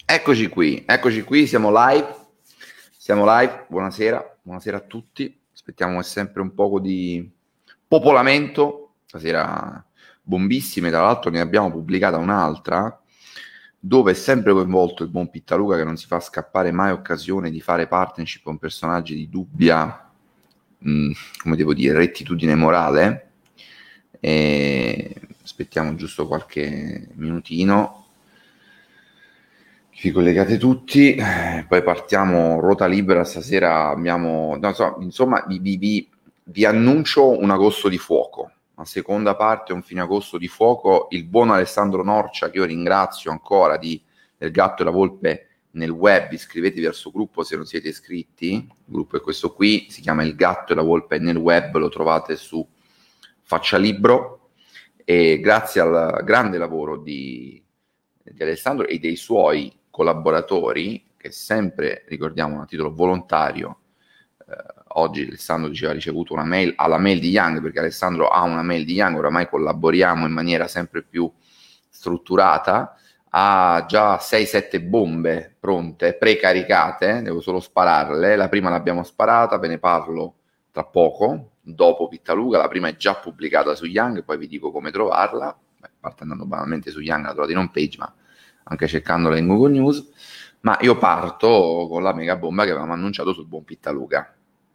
Eccoci qui, siamo live, buonasera a tutti, aspettiamo sempre un poco di popolamento, stasera bombissime, tra l'altro ne abbiamo pubblicata un'altra, dove è sempre coinvolto il buon Pittaluca che non si fa scappare mai occasione di fare partnership con personaggi di dubbia, come devo dire, rettitudine morale. E aspettiamo giusto qualche minutino. Vi collegate tutti, poi partiamo ruota libera. Stasera abbiamo, non so, insomma, vi annuncio un agosto di fuoco. La seconda parte è un fine agosto di fuoco. Il buon Alessandro Norcia, che io ringrazio ancora, del Gatto e la Volpe nel web. Iscrivetevi al suo gruppo se non siete iscritti. Il gruppo è questo qui, si chiama Il Gatto e la Volpe nel web, lo trovate su Faccia Libro. E grazie al grande lavoro di Alessandro e dei suoi collaboratori, che sempre ricordiamo a titolo volontario. Oggi Alessandro diceva ha ricevuto una mail alla mail di Young, perché Alessandro ha una mail di Young, oramai collaboriamo in maniera sempre più strutturata, ha già 6-7 bombe pronte, precaricate, devo solo spararle. La prima l'abbiamo sparata, ve ne parlo tra poco, dopo Pittaluca. La prima è già pubblicata su Young, poi vi dico come trovarla. A parte andando banalmente su Young, la trovate in home page, ma anche cercandola in Google News. Ma io parto con la mega bomba che avevamo annunciato sul buon Pittaluca.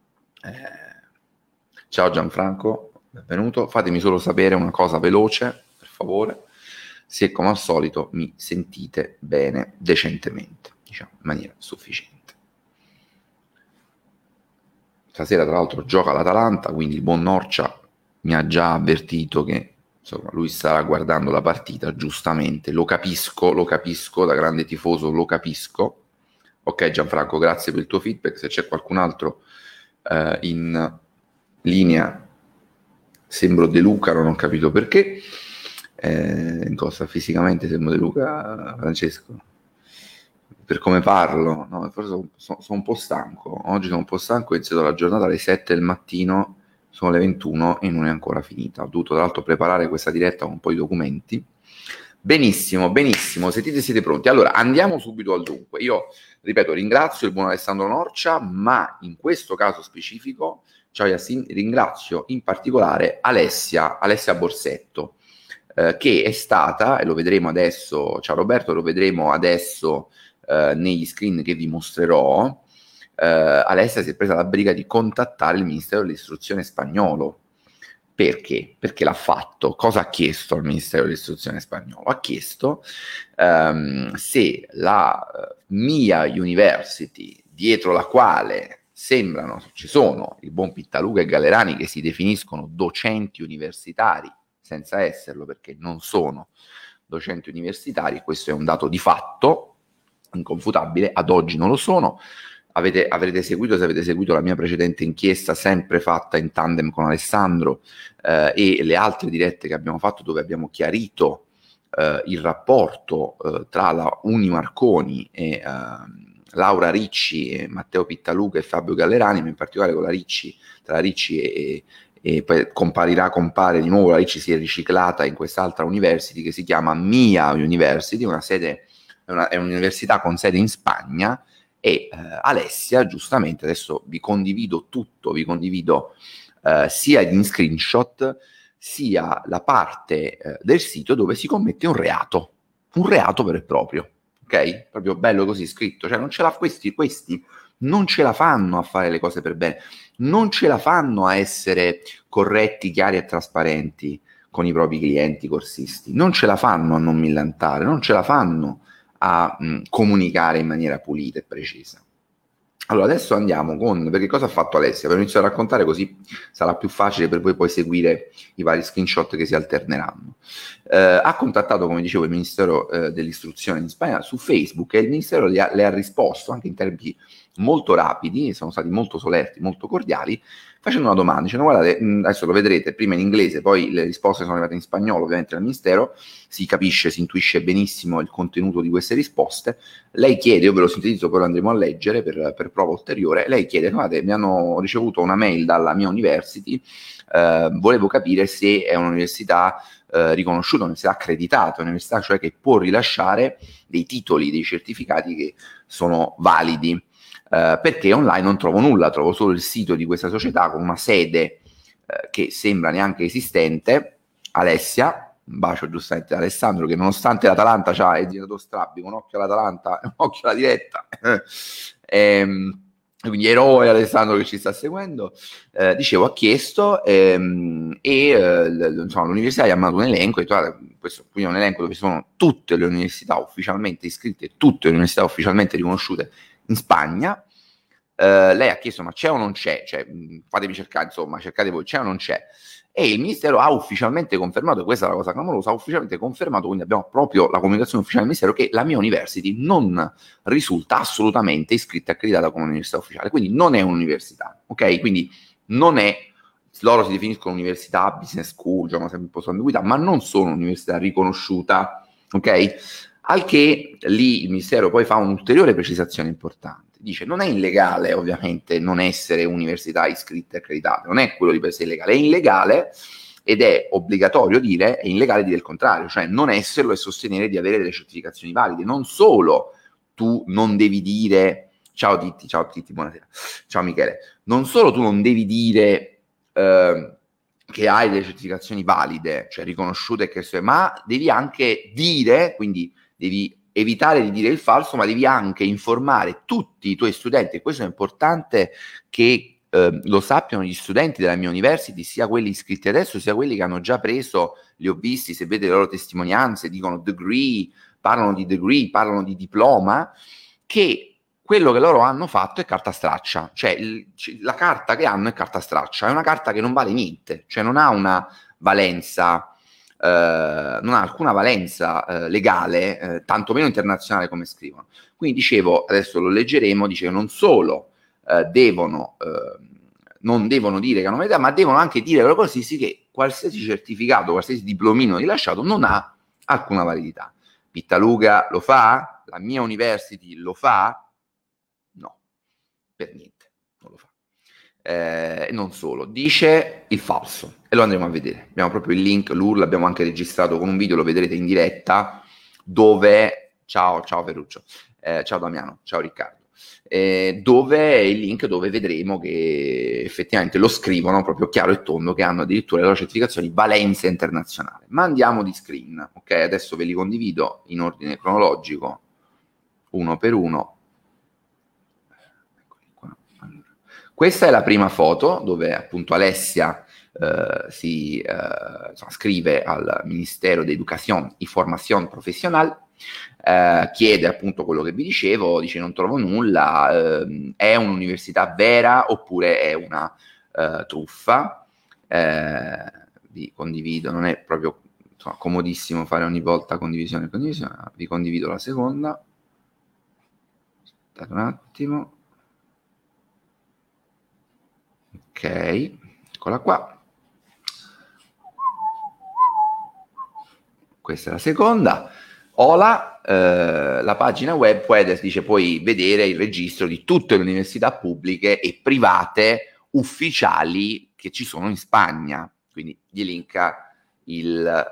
Ciao Gianfranco, benvenuto. Fatemi solo sapere una cosa veloce, per favore, se come al solito mi sentite bene, decentemente, diciamo, in maniera sufficiente. Stasera tra l'altro gioca l'Atalanta, quindi il buon Norcia mi ha già avvertito che insomma lui starà guardando la partita, giustamente, lo capisco, da grande tifoso lo capisco. Ok Gianfranco, grazie per il tuo feedback. Se c'è qualcun altro in linea, sembro De Luca, non ho capito perché. In cosa fisicamente sembro De Luca, Francesco? Per come parlo, no? Forse sono un po' stanco. Oggi sono un po' stanco, ho iniziato la giornata alle 7 del mattino, sono le 21 e non è ancora finita. Ho dovuto tra l'altro preparare questa diretta con un po' di documenti. Benissimo, siete pronti? Allora, andiamo subito al dunque. Io, ripeto, ringrazio il buon Alessandro Norcia, ma in questo caso specifico, ciao Yassin, ringrazio in particolare Alessia Borsetto, che è stata, e lo vedremo adesso, ciao Roberto, lo vedremo adesso negli screen che vi mostrerò. Alessia si è presa la briga di contattare il Ministero dell'Istruzione spagnolo. Perché? Perché l'ha fatto. Cosa ha chiesto al Ministero dell'Istruzione spagnolo? Ha chiesto se la Mia University, dietro la quale ci sono il buon Pittaluca e Gallerani, che si definiscono docenti universitari, senza esserlo perché non sono docenti universitari, questo è un dato di fatto, inconfutabile, ad oggi non lo sono. Avrete seguito, se avete seguito la mia precedente inchiesta, sempre fatta in tandem con Alessandro, e le altre dirette che abbiamo fatto, dove abbiamo chiarito il rapporto tra la Uni Marconi e Laura Ricci e Matteo Pittaluca e Fabio Gallerani, ma in particolare con la Ricci, tra la Ricci e poi compare di nuovo, la Ricci si è riciclata in quest'altra university che si chiama Mia University, è un'università con sede in Spagna. E Alessia, giustamente, adesso vi condivido tutto, sia in screenshot sia la parte del sito dove si commette un reato vero e proprio, ok? Proprio bello così scritto, cioè non ce la, questi non ce la fanno a fare le cose per bene, non ce la fanno a essere corretti, chiari e trasparenti con i propri clienti corsisti, non ce la fanno a non millantare, non ce la fanno a comunicare in maniera pulita e precisa. Allora adesso andiamo perché cosa ha fatto Alessia? Per iniziare a raccontare, così sarà più facile per voi poi seguire i vari screenshot che si alterneranno. Ha contattato, come dicevo, il Ministero dell'Istruzione in Spagna su Facebook, e il Ministero le ha risposto anche in tempi molto rapidi, sono stati molto solerti, molto cordiali, facendo una domanda, dicendo: guardate, adesso lo vedrete prima in inglese, poi le risposte sono arrivate in spagnolo ovviamente dal Ministero, si capisce, si intuisce benissimo il contenuto di queste risposte. Lei chiede, io ve lo sintetizzo, poi lo andremo a leggere per prova ulteriore. Lei chiede: guardate, mi hanno ricevuto una mail dalla mia university, volevo capire se è un'università riconosciuta, un'università accreditata, un'università cioè che può rilasciare dei titoli, dei certificati che sono validi, perché online non trovo nulla, trovo solo il sito di questa società con una sede che sembra neanche esistente. Alessia, un bacio giustamente ad Alessandro, che nonostante l'Atalanta è diventato strabico, un occhio all'Atalanta e un occhio alla diretta, quindi eroe Alessandro che ci sta seguendo. Dicevo, ha chiesto insomma, l'università gli ha mandato un elenco, e questo qui è un elenco dove sono tutte le università ufficialmente iscritte, tutte le università ufficialmente riconosciute in Spagna. Lei ha chiesto: ma c'è o non c'è? Cioè, fatemi cercare, insomma, cercate voi, c'è o non c'è? E il Ministero ha ufficialmente confermato, e questa è la cosa clamorosa, ha ufficialmente confermato, quindi abbiamo proprio la comunicazione ufficiale del Ministero, che la mia university non risulta assolutamente iscritta e accreditata come università ufficiale, quindi non è un'università, ok? Quindi non è, loro si definiscono università, business school, diciamo sempre un po' su ambiguità, ma non sono un'università riconosciuta, ok? Al che lì il Ministero poi fa un'ulteriore precisazione importante. Dice: non è illegale ovviamente non essere università iscritte e accreditate, non è quello di per sé illegale, è illegale ed è obbligatorio dire, è illegale dire il contrario, cioè non esserlo e sostenere di avere delle certificazioni valide. Non solo tu non devi dire, ciao Titti, buonasera, ciao Michele, non solo tu non devi dire che hai delle certificazioni valide, cioè riconosciute, ma devi anche dire, quindi devi evitare di dire il falso, ma devi anche informare tutti i tuoi studenti, e questo è importante che lo sappiano gli studenti della mia university, sia quelli iscritti adesso, sia quelli che hanno già preso, li ho visti, se vedete le loro testimonianze, dicono degree, parlano di diploma, che quello che loro hanno fatto è carta straccia, cioè la carta che hanno è carta straccia, è una carta che non vale niente, cioè non ha una valenza, non ha alcuna valenza legale, tantomeno internazionale come scrivono. Quindi dicevo, adesso lo leggeremo, dice che non solo non devono dire che hanno validità, ma devono anche dire loro così che qualsiasi certificato, qualsiasi diplomino rilasciato non ha alcuna validità. Pittaluga lo fa? La mia university lo fa? No, per niente, non lo fa. Non solo, dice il falso, e lo andremo a vedere. Abbiamo proprio il link, l'URL l'abbiamo anche registrato con un video, lo vedrete in diretta, dove, ciao Ferruccio, ciao Damiano, ciao Riccardo, dove è il link dove vedremo che effettivamente lo scrivono proprio chiaro e tondo, che hanno addirittura le loro certificazioni valenza internazionale. Ma andiamo di screen, ok? Adesso ve li condivido in ordine cronologico, uno per uno. Questa è la prima foto dove appunto Alessia scrive al Ministero di Educación y Formación Profesional, chiede appunto quello che vi dicevo, dice: non trovo nulla, è un'università vera oppure è una truffa? Vi condivido, non è proprio comodissimo fare ogni volta condivisione, vi condivido la seconda. Aspettate un attimo. Ok, eccola qua. Questa è la seconda. Hola, la pagina web Puedes, dice, puoi vedere il registro di tutte le università pubbliche e private ufficiali che ci sono in Spagna. Quindi gli linka il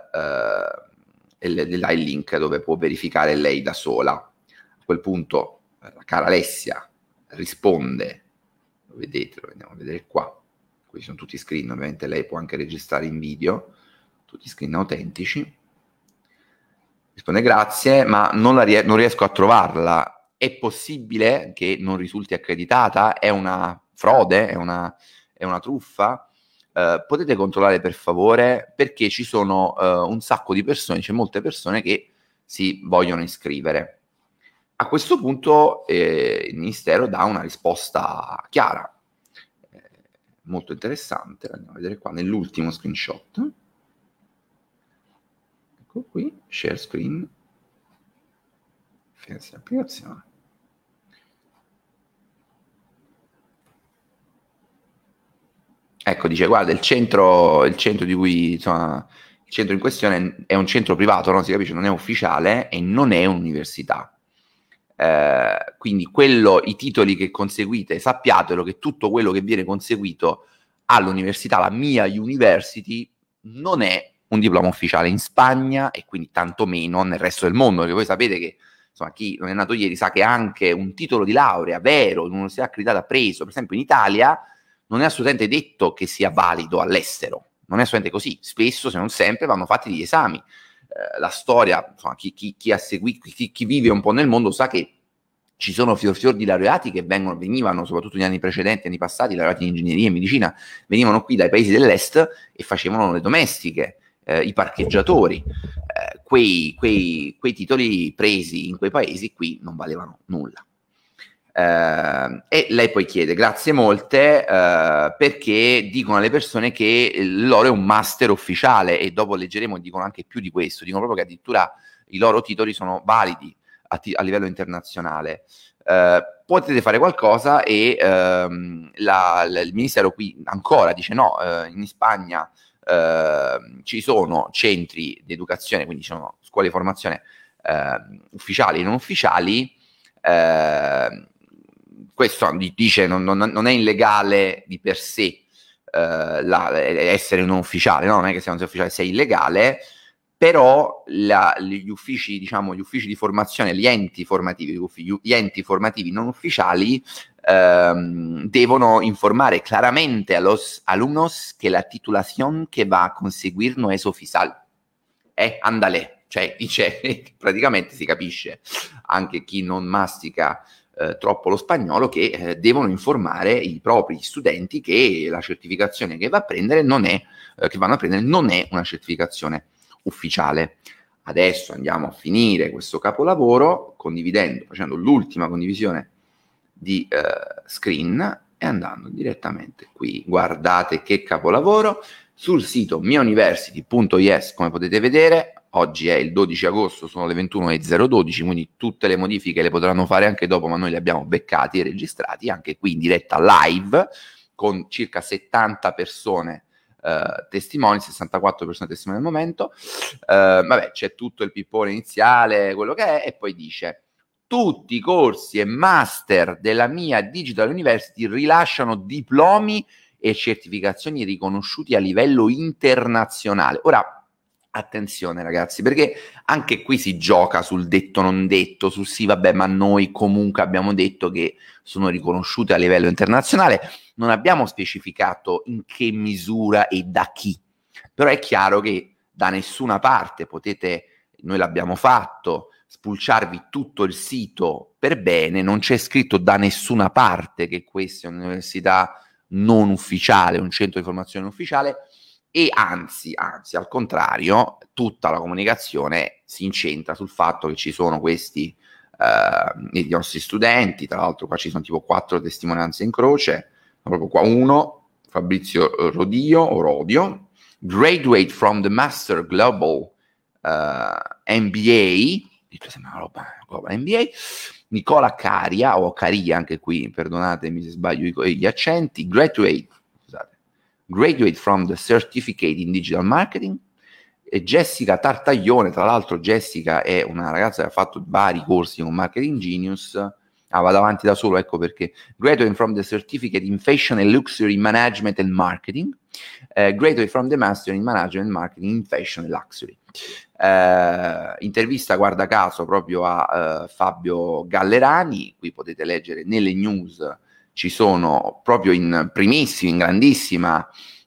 link dove può verificare lei da sola. A quel punto la cara Alessia risponde. Lo vedete, lo andiamo a vedere qua. Qui sono tutti screen, ovviamente lei può anche registrare in video, tutti screen autentici. Risponde: grazie, ma non riesco a trovarla. È possibile che non risulti accreditata? È una frode? È una truffa? Potete controllare per favore, perché ci sono un sacco di persone, c'è molte persone che si vogliono iscrivere. A questo punto il Ministero dà una risposta chiara, molto interessante. Andiamo a vedere qua nell'ultimo screenshot. Ecco qui, share screen, finestra applicazione. Ecco, dice: guarda, il centro di cui, insomma, il centro in questione è un centro privato, no? Si capisce, non è ufficiale e non è un'università. Quindi i titoli che conseguite, sappiatelo che tutto quello che viene conseguito all'università, la mia university, non è un diploma ufficiale in Spagna e quindi tanto meno nel resto del mondo, perché voi sapete che insomma, chi non è nato ieri sa che anche un titolo di laurea vero in un'università accreditata preso, per esempio in Italia, non è assolutamente detto che sia valido all'estero, non è assolutamente così, spesso se non sempre vanno fatti degli esami. La storia, insomma, chi ha seguito, chi vive un po' nel mondo sa che ci sono fior di laureati che venivano, soprattutto negli anni precedenti, anni passati, laureati in ingegneria e medicina, venivano qui dai paesi dell'est e facevano le domestiche, i parcheggiatori. Quei titoli presi in quei paesi qui non valevano nulla. E lei poi chiede grazie molte perché dicono alle persone che loro è un master ufficiale, e dopo leggeremo dicono anche più di questo, dicono proprio che addirittura i loro titoli sono validi a livello internazionale. Potete fare qualcosa e il ministero qui ancora dice no, in Spagna ci sono centri di educazione, quindi ci sono scuole di formazione ufficiali e non ufficiali. Questo dice non è illegale di per sé essere non ufficiale, no? Non è che se non sei ufficiale sei illegale, però gli uffici, diciamo, gli uffici di formazione, gli enti formativi non ufficiali devono informare claramente a los alumnos que la titulación que va a conseguir no es oficial. Andale, cioè dice, praticamente si capisce anche chi non mastica troppo lo spagnolo che devono informare i propri studenti che la certificazione che va a prendere non è che vanno a prendere non è una certificazione ufficiale. Adesso andiamo a finire questo capolavoro facendo l'ultima condivisione di screen e andando direttamente qui. Guardate che capolavoro sul sito miauniversity.es. Come potete vedere, oggi è il 12 agosto, sono le 21:012, quindi tutte le modifiche le potranno fare anche dopo, ma noi li abbiamo beccati e registrati anche qui in diretta live con circa 70 persone testimoni, 64 persone testimoni al momento. Vabbè, c'è tutto il pippone iniziale, quello che è, e poi dice: tutti i corsi e master della mia Digital University rilasciano diplomi e certificazioni riconosciuti a livello internazionale. Ora, attenzione ragazzi, perché anche qui si gioca sul detto non detto, sul sì vabbè ma noi comunque abbiamo detto che sono riconosciute a livello internazionale, non abbiamo specificato in che misura e da chi, però è chiaro che da nessuna parte potete, noi l'abbiamo fatto, spulciarvi tutto il sito per bene, non c'è scritto da nessuna parte che questa è un'università non ufficiale, un centro di formazione ufficiale, e anzi, al contrario, tutta la comunicazione si incentra sul fatto che ci sono questi i nostri studenti, tra l'altro qua ci sono tipo 4 testimonianze in croce, proprio qua uno, Fabrizio Rodio, graduate from the Master Global MBA, sembra una roba Global MBA, Nicola Caria, o Caria anche qui, perdonatemi se sbaglio gli accenti, graduate from the Certificate in Digital Marketing, e Jessica Tartaglione, tra l'altro Jessica è una ragazza che ha fatto vari corsi con Marketing Genius, vado avanti da solo, ecco perché, graduate from the Certificate in Fashion and Luxury Management and Marketing, graduate from the Master in Management and Marketing in Fashion and Luxury. Intervista guarda caso proprio a Fabio Gallerani, qui potete leggere nelle news, ci sono proprio in primissima, in grandissima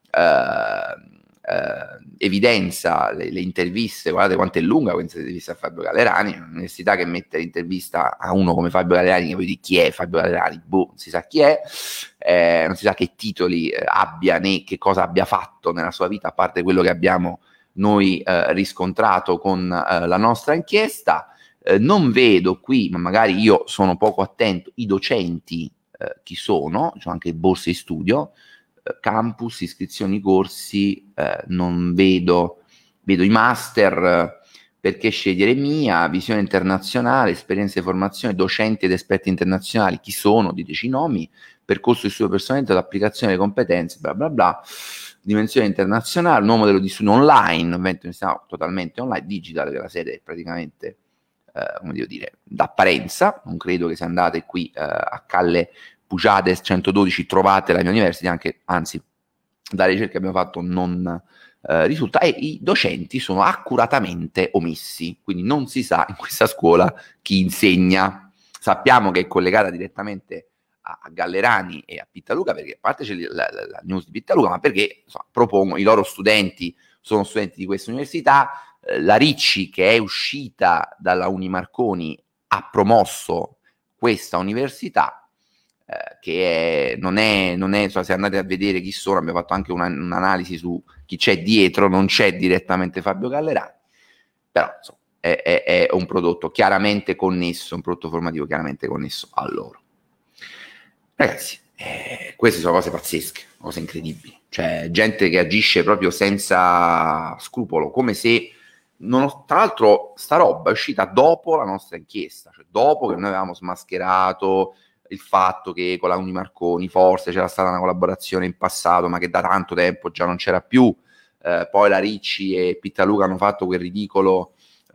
evidenza le interviste. Guardate quanto è lunga questa intervista a Fabio Gallerani, un'università che mette l'intervista a uno come Fabio Gallerani, che poi di chi è Fabio Gallerani, non si sa chi è, non si sa che titoli abbia né che cosa abbia fatto nella sua vita, a parte quello che abbiamo noi riscontrato con la nostra inchiesta. Non vedo qui, ma magari io sono poco attento, i docenti chi sono, c'è anche borse di studio, campus, iscrizioni, corsi, non vedo i master, perché scegliere mia, visione internazionale, esperienza di formazione, docenti ed esperti internazionali, chi sono, diteci i nomi, percorso di studio personale, l'applicazione delle competenze, bla bla bla, dimensione internazionale, nuovo modello di studio online, totalmente online, digital, che la sede è praticamente come devo dire, d'apparenza, non credo che se andate qui a Calle Pujades 112 trovate la mia università, anche, anzi, da ricerche che abbiamo fatto non risulta, e i docenti sono accuratamente omessi, quindi non si sa in questa scuola chi insegna. Sappiamo che è collegata direttamente a Gallerani e a Pittaluga, perché a parte c'è la news di Pittaluga, ma perché insomma, propongo, i loro studenti sono studenti di questa università, la Ricci, che è uscita dalla Unimarconi, ha promosso questa università, non è insomma, se andate a vedere chi sono, abbiamo fatto anche un'analisi su chi c'è dietro, non c'è direttamente Fabio Gallerani, però insomma, è un prodotto chiaramente connesso, un prodotto formativo chiaramente connesso a loro. Ragazzi, queste sono cose pazzesche, cose incredibili, cioè gente che agisce proprio senza scrupolo, come se tra l'altro sta roba è uscita dopo la nostra inchiesta, cioè dopo che noi avevamo smascherato il fatto che con la Unimarconi forse c'era stata una collaborazione in passato, ma che da tanto tempo già non c'era più. Poi la Ricci e Pittaluga hanno fatto quel ridicolo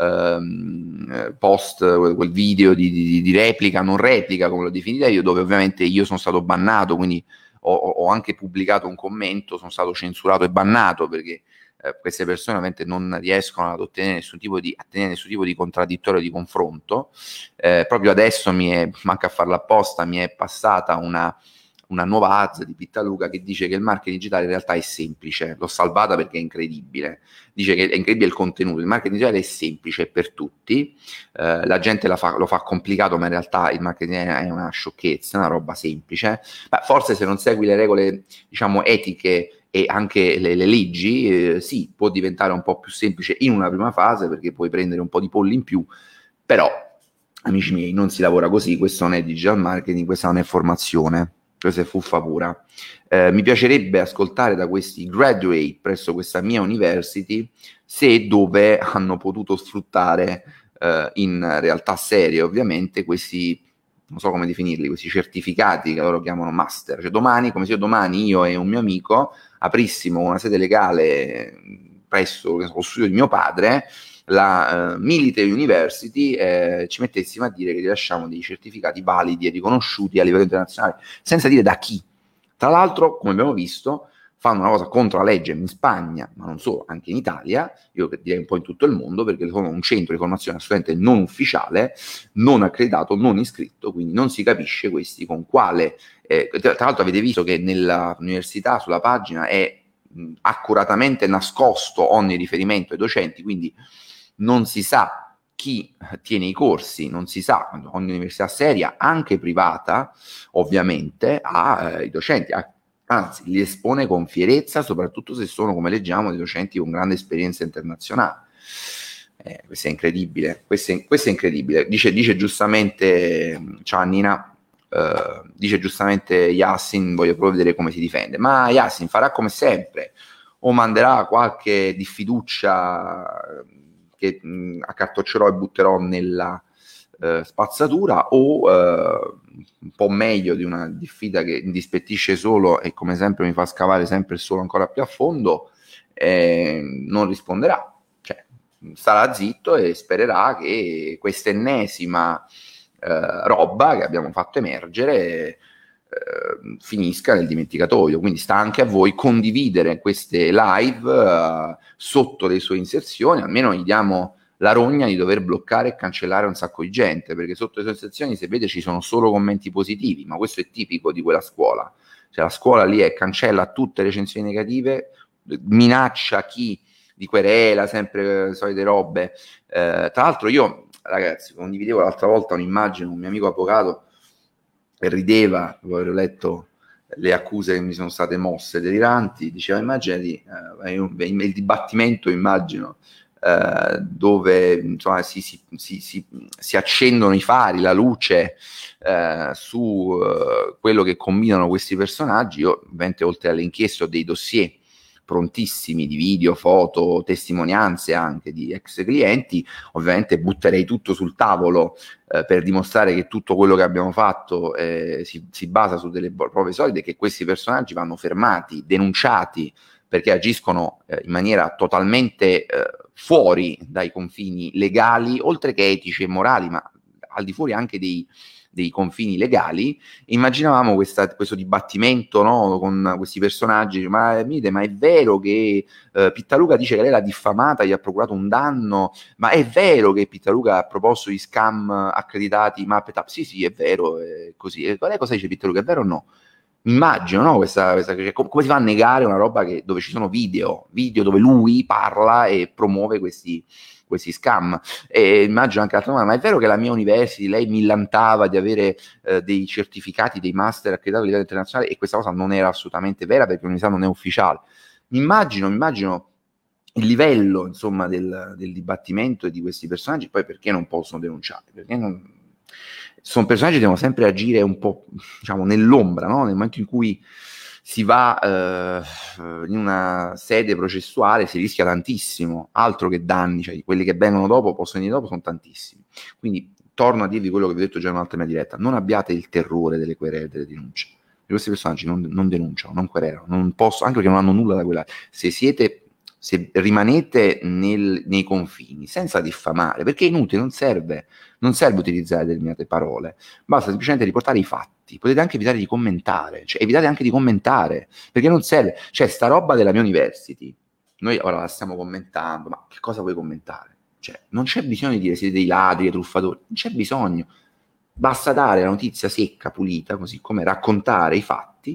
post, quel video di replica, non replica come l'ho definita io, dove ovviamente io sono stato bannato, quindi ho anche pubblicato un commento, sono stato censurato e bannato perché queste persone ovviamente non riescono ad ottenere nessun tipo di contraddittorio, di confronto. Proprio adesso manca a farla apposta, mi è passata una nuova AZ di Pittaluga che dice che il marketing digitale in realtà è semplice. L'ho salvata perché è incredibile. Dice che è incredibile il contenuto, il marketing digitale è semplice, è per tutti, la gente lo fa complicato, ma in realtà il marketing è una sciocchezza, è una roba semplice. Ma forse se non segui le regole, diciamo, etiche e anche le leggi, sì, può diventare un po' più semplice in una prima fase, perché puoi prendere un po' di polli in più, però, amici miei, non si lavora così, questo non è digital marketing, questa non è formazione, questa è fuffa pura. Mi piacerebbe ascoltare da questi graduate presso questa mia university se e dove hanno potuto sfruttare in realtà serie ovviamente questi, non so come definirli, questi certificati che loro chiamano master. Cioè domani, come se io e un mio amico aprissimo una sede legale presso lo studio di mio padre, la Military University, ci mettessimo a dire che rilasciamo dei certificati validi e riconosciuti a livello internazionale, senza dire da chi. Tra l'altro, come abbiamo visto, fanno una cosa contro la legge in Spagna, ma non solo, anche in Italia, io direi un po' in tutto il mondo, perché sono un centro di formazione assolutamente non ufficiale, non accreditato, non iscritto, quindi non si capisce questi con quale. Tra l'altro avete visto che nella università, sulla pagina, è accuratamente nascosto ogni riferimento ai docenti, quindi non si sa chi tiene i corsi, non si sa, ogni università seria, anche privata, ovviamente, ha i docenti, anzi li espone con fierezza, soprattutto se sono, come leggiamo, dei docenti con grande esperienza internazionale. Questo è incredibile, questo è incredibile. Dice giustamente, ciao Annina, dice giustamente Yassin, voglio proprio vedere come si difende, ma Yassin farà come sempre, o manderà qualche diffiduccia che accartoccerò e butterò nella spazzatura, o un po' meglio di una diffida che indispettisce solo e come sempre mi fa scavare sempre il suolo ancora più a fondo, non risponderà, cioè starà zitto e spererà che questa ennesima roba che abbiamo fatto emergere finisca nel dimenticatoio. Quindi sta anche a voi condividere queste live sotto le sue inserzioni, almeno gli diamo la rogna di dover bloccare e cancellare un sacco di gente, perché sotto le sue inserzioni, se vede, ci sono solo commenti positivi, ma questo è tipico di quella scuola. Cioè la scuola lì cancella tutte le recensioni negative, minaccia chi di querela, sempre le solite robe. Tra l'altro io, ragazzi, condividevo l'altra volta un'immagine con un mio amico avvocato e rideva, dopo aver letto le accuse che mi sono state mosse deliranti, diceva immaginati il dibattimento, immagino, dove insomma si accendono i fari, la luce su quello che combinano questi personaggi. Io ovviamente oltre alle inchieste ho dei dossier prontissimi di video, foto, testimonianze anche di ex clienti, ovviamente butterei tutto sul tavolo per dimostrare che tutto quello che abbiamo fatto si basa su delle prove solide, che questi personaggi vanno fermati, denunciati, perché agiscono in maniera totalmente fuori dai confini legali, oltre che etici e morali, ma al di fuori anche dei confini legali. Immaginavamo questo dibattimento, no, con questi personaggi, ma è vero che Pittaluga dice che lei l'ha diffamata, gli ha procurato un danno, ma è vero che Pittaluga ha proposto gli scam accreditati Muppet Up? Sì, è vero, è così. E lei cosa dice Pittaluga, è vero o no? Immagino, no? Come si fa a negare una roba dove ci sono video dove lui parla e promuove questi scam? E immagino anche l'altra domanda, ma è vero che la mia university, lei millantava di avere dei certificati, dei master accreditati a livello internazionale, e questa cosa non era assolutamente vera perché l'università non è ufficiale. Immagino il livello, insomma, del dibattimento di questi personaggi. Poi perché non possono denunciare? Perché sono personaggi che devono sempre agire un po', diciamo, nell'ombra, no? Nel momento in cui si va in una sede processuale si rischia tantissimo, altro che danni, cioè quelli che vengono dopo, possono venire dopo, sono tantissimi. Quindi torno a dirvi quello che vi ho detto già in un'altra mia diretta: non abbiate il terrore delle querele, delle denunce. Questi personaggi non denunciano, non querelano, non possono, anche perché non hanno nulla da quella. Se rimanete nei confini senza diffamare, perché è inutile, non serve utilizzare determinate parole, basta semplicemente riportare i fatti. Potete anche evitare di commentare, perché non serve. Cioè, sta roba della mia university, noi ora la stiamo commentando, ma che cosa vuoi commentare? Cioè, non c'è bisogno di dire siete dei ladri, dei truffatori, non c'è bisogno. Basta dare la notizia secca, pulita, così come raccontare i fatti,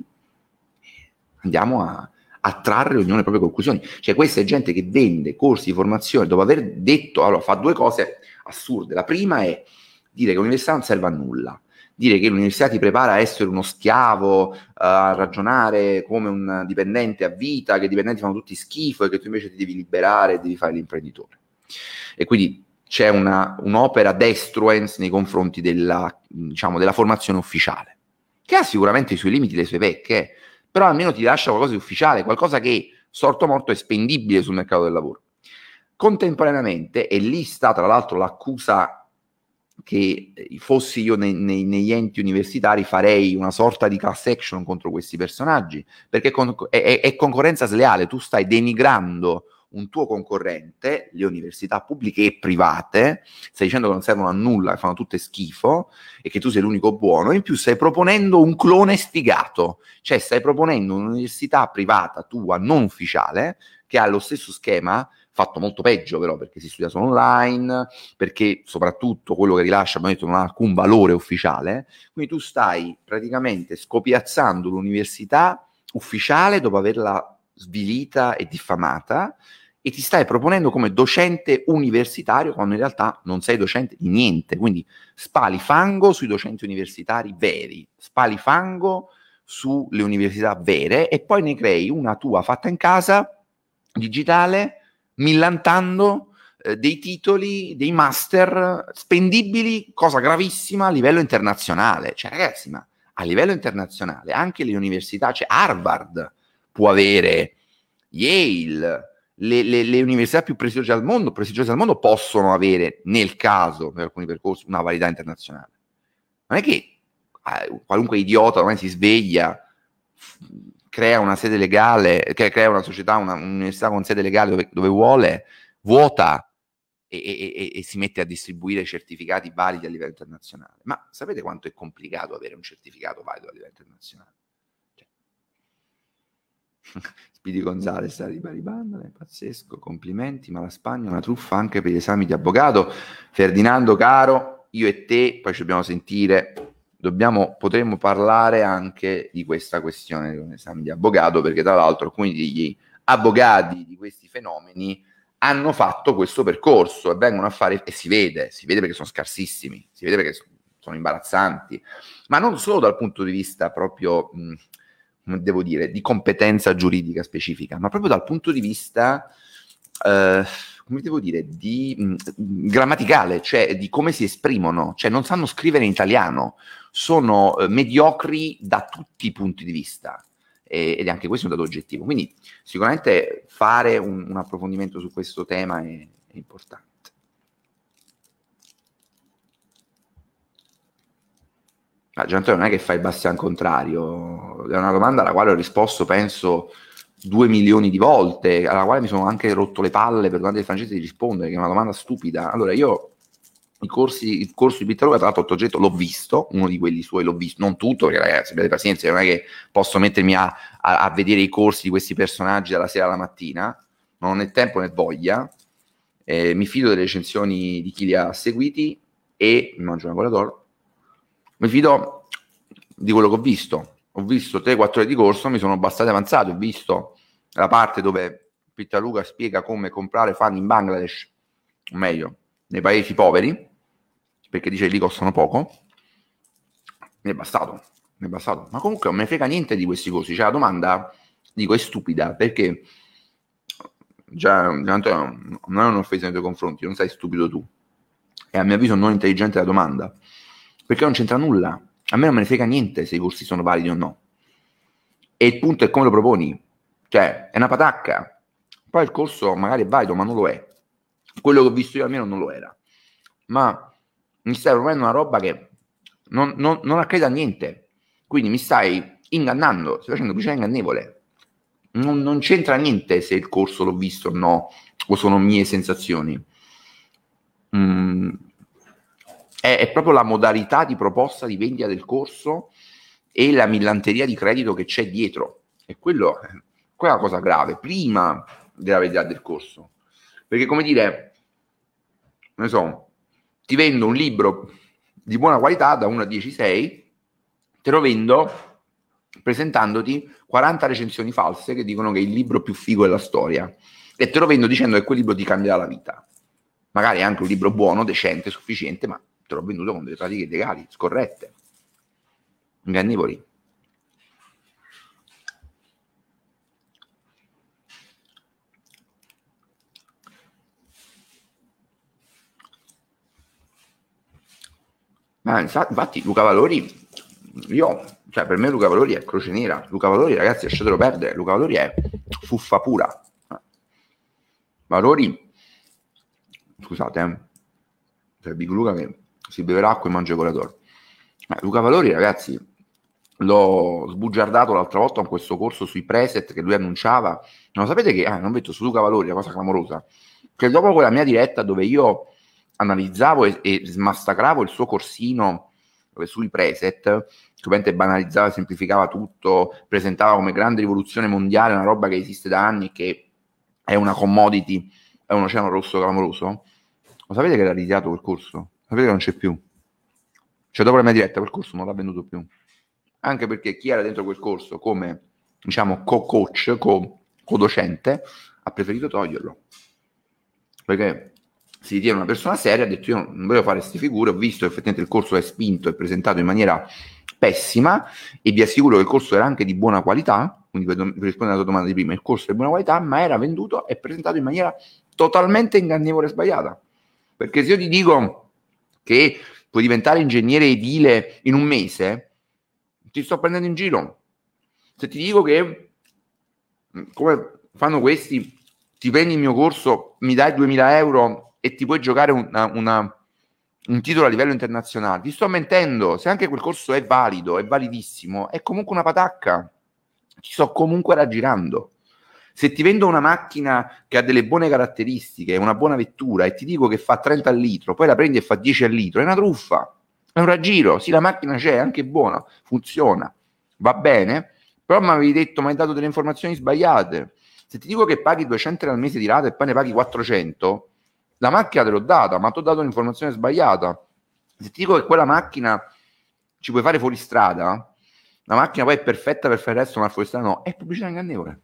andiamo a trarre ognuno le proprie conclusioni. Cioè, questa è gente che vende corsi di formazione dopo aver detto, allora fa due cose assurde. La prima è dire che l'università non serve a nulla, dire che l'università ti prepara a essere uno schiavo, a ragionare come un dipendente a vita, che i dipendenti fanno tutti schifo e che tu invece ti devi liberare e devi fare l'imprenditore. E quindi c'è un'opera destruens nei confronti della formazione ufficiale, che ha sicuramente i suoi limiti, le sue pecche, però almeno ti lascia qualcosa di ufficiale, qualcosa che sorto morto è spendibile sul mercato del lavoro. Contemporaneamente, e lì sta tra l'altro l'accusa che fossi io negli enti universitari farei una sorta di class action contro questi personaggi, perché è concorrenza sleale. Tu stai denigrando un tuo concorrente, le università pubbliche e private, stai dicendo che non servono a nulla, che fanno tutte schifo e che tu sei l'unico buono, e in più stai proponendo un clone sfigato, cioè stai proponendo un'università privata tua, non ufficiale, che ha lo stesso schema, fatto molto peggio però, perché si studia solo online, perché soprattutto quello che rilascia, abbiamo detto, non ha alcun valore ufficiale. Quindi tu stai praticamente scopiazzando l'università ufficiale dopo averla svilita e diffamata, e ti stai proponendo come docente universitario quando in realtà non sei docente di niente. Quindi spali fango sui docenti universitari veri, spali fango sulle università vere, e poi ne crei una tua fatta in casa, digitale, millantando dei titoli, dei master spendibili, cosa gravissima a livello internazionale. Cioè, ragazzi, ma a livello internazionale anche le università, cioè Harvard può avere, Yale, le università più prestigiose al mondo possono avere, nel caso, per alcuni percorsi, una validità internazionale. Non è che qualunque idiota ormai si sveglia, crea una sede legale, crea una società, un'università con sede legale dove vuole, vuota e si mette a distribuire certificati validi a livello internazionale. Ma sapete quanto è complicato avere un certificato valido a livello internazionale? Speedy Gonzales sta ribaribando, è pazzesco, complimenti, ma la Spagna è una truffa anche per gli esami di avvocato. Ferdinando caro, io e te poi ci dobbiamo sentire, potremmo parlare anche di questa questione degli esami di avvocato, perché tra l'altro alcuni degli avvocati di questi fenomeni hanno fatto questo percorso e vengono a fare, e si vede perché sono scarsissimi, si vede perché sono imbarazzanti, ma non solo dal punto di vista proprio devo dire, di competenza giuridica specifica, ma proprio dal punto di vista, come devo dire, grammaticale, cioè di come si esprimono, cioè non sanno scrivere in italiano, sono mediocri da tutti i punti di vista, ed è anche questo un dato oggettivo. Quindi sicuramente fare un approfondimento su questo tema è importante. Gianantonio, non è che fai il bastian contrario, è una domanda alla quale ho risposto penso 2 milioni di volte, alla quale mi sono anche rotto le palle, perdonate il francese, di rispondere, che è una domanda stupida. Allora io il corso di Pittaluga, tra l'altro Toggetto l'ho visto, uno di quelli suoi l'ho visto, non tutto, perché ragazzi abbiate pazienza, non è che posso mettermi a vedere i corsi di questi personaggi dalla sera alla mattina, non ho né tempo né voglia, mi fido delle recensioni di chi li ha seguiti e mi mangio una cola, mi fido di quello che ho visto 3-4 ore di corso, mi sono abbastanza avanzato, ho visto la parte dove Pittaluga spiega come comprare fan in Bangladesh, o meglio, nei paesi poveri, perché dice lì costano poco. Mi è bastato, ma comunque non me ne frega niente di questi corsi, cioè la domanda, dico, è stupida, perché già non è un'offesa nei tuoi confronti, non sei stupido tu, e a mio avviso non intelligente la domanda, perché non c'entra nulla, a me non me ne frega niente se i corsi sono validi o no, e il punto è come lo proponi, cioè è una patacca, poi il corso magari è valido ma non lo è, quello che ho visto io almeno non lo era, ma mi stai proponendo una roba che non accredita a niente, quindi mi stai ingannando, stai facendo pubblicità ingannevole, non c'entra niente se il corso l'ho visto o no, o sono mie sensazioni. È proprio la modalità di proposta di vendita del corso e la millanteria di credito che c'è dietro, e quella è la cosa grave, prima della verità del corso, perché come dire, ne so, ti vendo un libro di buona qualità da 1 a 10 6, te lo vendo presentandoti 40 recensioni false che dicono che è il libro più figo della storia, e te lo vendo dicendo che quel libro ti cambierà la vita, magari è anche un libro buono, decente, sufficiente, ma te l'ho venduto con delle pratiche legali scorrette, ingannevoli. Ma infatti Luca Valori, cioè per me Luca Valori è croce nera, Luca Valori ragazzi lasciatelo perdere, Luca Valori è fuffa pura. Valori, scusate, c'è Big Luca che si beverà acqua e mangia colatore. Luca Valori ragazzi l'ho sbugiardato l'altra volta con questo corso sui preset che lui annunciava, non sapete che, non vedo su Luca Valori, la cosa clamorosa, che dopo quella mia diretta dove io analizzavo e smassacravo il suo corsino sui preset, che ovviamente banalizzava, semplificava tutto, presentava come grande rivoluzione mondiale una roba che esiste da anni, che è una commodity, è un oceano rosso clamoroso. Lo sapete che era ritirato quel corso? Sapete che non c'è più? Cioè dopo la mia diretta quel corso non l'ha venduto più, anche perché chi era dentro quel corso come, diciamo, co-coach, co-docente, ha preferito toglierlo, perché si ritiene una persona seria, ha detto io non voglio fare queste figure, ho visto che effettivamente il corso è spinto e presentato in maniera pessima, e vi assicuro che il corso era anche di buona qualità, quindi per rispondere alla tua domanda di prima, il corso è di buona qualità, ma era venduto e presentato in maniera totalmente ingannevole e sbagliata, perché se io ti dico che puoi diventare ingegnere edile in un mese, ti sto prendendo in giro. Se ti dico che, come fanno questi, ti prendi il mio corso, mi dai 2000 euro e ti puoi giocare un titolo a livello internazionale, ti sto mentendo. Se anche quel corso è valido, è validissimo, è comunque una patacca, ci sto comunque raggirando. Se ti vendo una macchina che ha delle buone caratteristiche, una buona vettura, e ti dico che fa 30 al litro, poi la prendi e fa 10 al litro, è una truffa, è un raggiro. Sì, la macchina c'è, è anche buona, funziona, va bene, però mi avevi detto, mi hai dato delle informazioni sbagliate. Se ti dico che paghi 200 al mese di rata e poi ne paghi 400, la macchina te l'ho data, ma ti ho dato un'informazione sbagliata. Se ti dico che quella macchina ci puoi fare fuori strada, la macchina poi è perfetta per fare il resto, ma fuori strada no, è pubblicità ingannevole.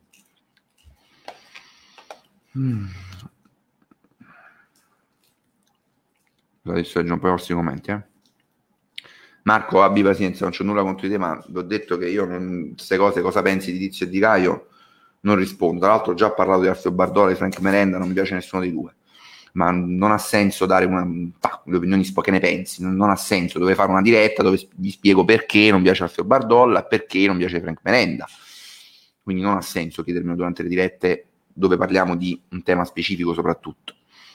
Adesso leggo un po' i vostri commenti. Marco, abbi pazienza, non c'ho nulla contro di te, ma vi ho detto che io queste cose, cosa pensi di Tizio e di Caio, non rispondo. Tra l'altro ho già parlato di Alfio Bardola e Frank Merenda, non mi piace nessuno dei due, ma non ha senso dare le opinioni che ne pensi, non ha senso. Dove fare una diretta dove vi spiego perché non piace Alfio Bardolla, perché non piace Frank Merenda, quindi non ha senso chiedermelo durante le dirette dove parliamo di un tema specifico soprattutto.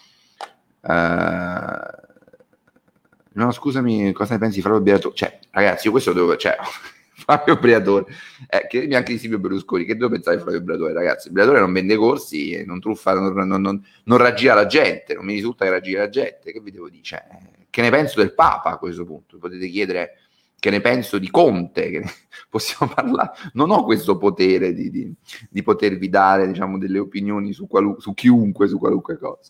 No, scusami, cosa ne pensi Fabio Briatore? Cioè, ragazzi, io questo devo... Cioè, Fabio Briatore, chiedimi anche di Silvio Berlusconi, che devo pensare di Fabio Briatore, ragazzi? Briatore non vende corsi, non truffa, non raggira la gente, non mi risulta che raggira la gente, che vi devo dire? Cioè, che ne penso del Papa a questo punto, potete chiedere che ne penso di Conte, possiamo parlare, non ho questo potere di potervi dare, diciamo, delle opinioni su chiunque, su qualunque cosa.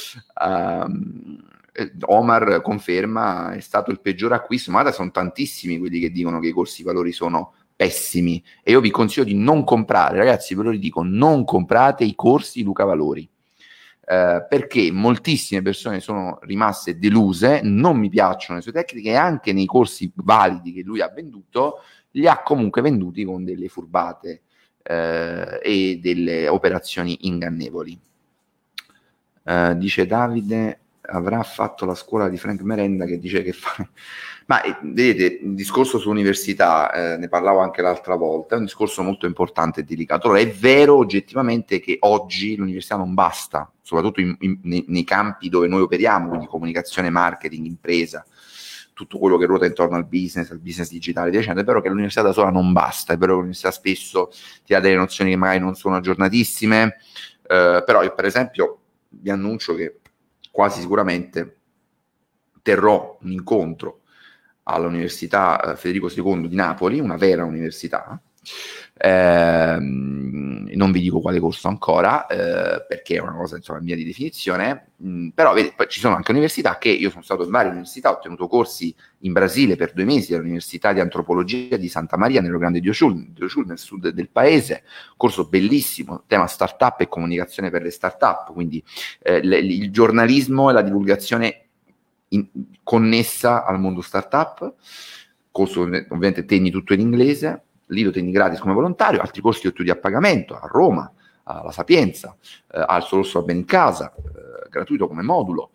Omar conferma, è stato il peggior acquisto, ma sono tantissimi quelli che dicono che i corsi valori sono pessimi, e io vi consiglio di non comprare, ragazzi, ve lo ridico, non comprate i corsi Luca Valori, perché moltissime persone sono rimaste deluse, non mi piacciono le sue tecniche, e anche nei corsi validi che lui ha venduto, li ha comunque venduti con delle furbate e delle operazioni ingannevoli. Dice Davide, avrà fatto la scuola di Frank Merenda, che dice che fa... Ma vedete, il discorso sull'università, ne parlavo anche l'altra volta, è un discorso molto importante e delicato. Allora, è vero oggettivamente che oggi l'università non basta, soprattutto nei campi dove noi operiamo, quindi comunicazione, marketing, impresa, tutto quello che ruota intorno al business digitale, dicendo. È vero che l'università da sola non basta, è vero che l'università spesso ti ha delle nozioni che magari non sono aggiornatissime, però io per esempio vi annuncio che quasi sicuramente terrò un incontro all'Università Federico II di Napoli, una vera università, non vi dico quale corso ancora, perché è una cosa, insomma, mia di definizione, però vedete, ci sono anche università che io sono stato in varie università, ho tenuto corsi in Brasile per 2 mesi all'Università di Antropologia di Santa Maria nello Grande Dio Sul nel sud del paese, corso bellissimo, tema startup e comunicazione per le startup, quindi il giornalismo e la divulgazione connessa al mondo startup. Corso ovviamente tenni tutto in inglese, lì lo tenni gratis come volontario, altri corsi li ho tenuti a pagamento a Roma, alla Sapienza, al Solosso a Benincasa, gratuito come modulo.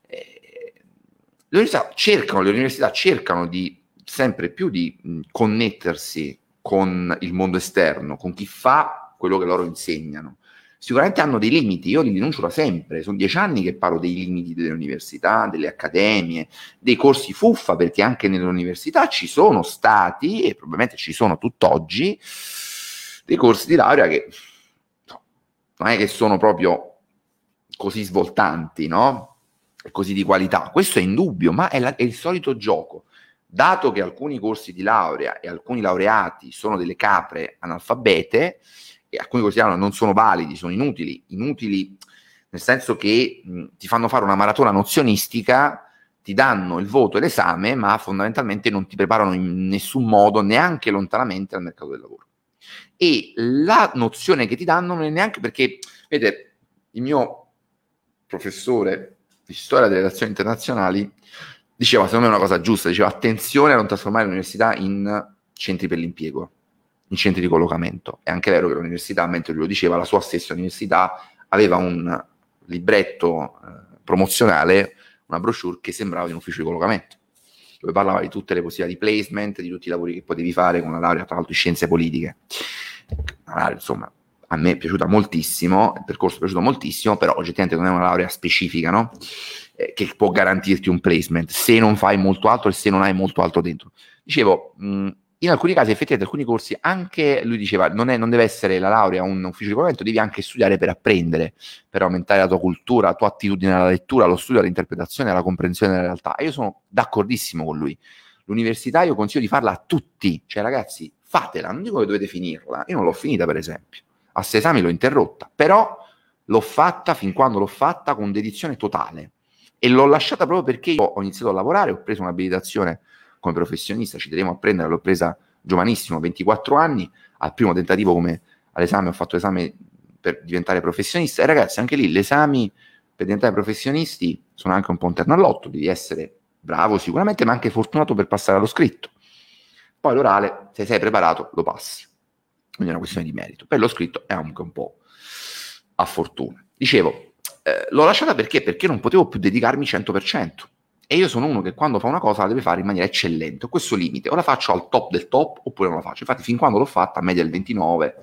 Le università cercano di sempre più di connettersi con il mondo esterno, con chi fa quello che loro insegnano. Sicuramente hanno dei limiti, io li denuncio da sempre, sono 10 anni che parlo dei limiti delle università, delle accademie, dei corsi fuffa, perché anche nelle università ci sono stati, e probabilmente ci sono tutt'oggi, dei corsi di laurea che non è che sono proprio così svoltanti, no? E così di qualità. Questo è indubbio, ma è il solito gioco. Dato che alcuni corsi di laurea e alcuni laureati sono delle capre analfabete, e alcuni corsi di laurea non sono validi, sono inutili nel senso che ti fanno fare una maratona nozionistica, ti danno il voto e l'esame, ma fondamentalmente non ti preparano in nessun modo, neanche lontanamente, al mercato del lavoro. E la nozione che ti danno non è neanche, perché, vedete, il mio professore di storia delle relazioni internazionali diceva, secondo me è una cosa giusta, diceva attenzione a non trasformare l'università in centri per l'impiego, in centri di collocamento. È anche vero che l'università, mentre lui lo diceva, la sua stessa università aveva un libretto promozionale, una brochure che sembrava di un ufficio di collocamento, dove parlava di tutte le possibilità di placement, di tutti i lavori che potevi fare con una laurea, tra l'altro, in scienze politiche. Insomma, a me è piaciuta moltissimo, il percorso è piaciuto moltissimo, però oggettivamente non è una laurea specifica, no? Che può garantirti un placement se non fai molto altro e se non hai molto altro dentro. Dicevo, in alcuni casi, effettivamente, alcuni corsi, anche lui diceva, non deve essere la laurea un ufficio di collocamento, devi anche studiare per apprendere, per aumentare la tua cultura, la tua attitudine alla lettura, allo studio, all'interpretazione, alla comprensione della realtà. E io sono d'accordissimo con lui. L'università io consiglio di farla a tutti, cioè ragazzi, fatela, non dico che dovete finirla, io non l'ho finita per esempio, a 6 esami l'ho interrotta, però l'ho fatta fin quando l'ho fatta con dedizione totale, e l'ho lasciata proprio perché io ho iniziato a lavorare, ho preso un'abilitazione come professionista, ci tenevo a prendere, l'ho presa giovanissimo, 24 anni, al primo tentativo come all'esame ho fatto l'esame per diventare professionista, e ragazzi anche lì gli esami per diventare professionisti sono anche un po' un terno all'otto, devi essere bravo sicuramente, ma anche fortunato per passare allo scritto. Poi l'orale, se sei preparato, lo passi. Quindi è una questione di merito. Per lo scritto è anche un po' a fortuna. Dicevo, l'ho lasciata perché non potevo più dedicarmi 100%. E io sono uno che quando fa una cosa la deve fare in maniera eccellente. Ho questo limite, o la faccio al top del top oppure non la faccio. Infatti fin quando l'ho fatta, a media del 29,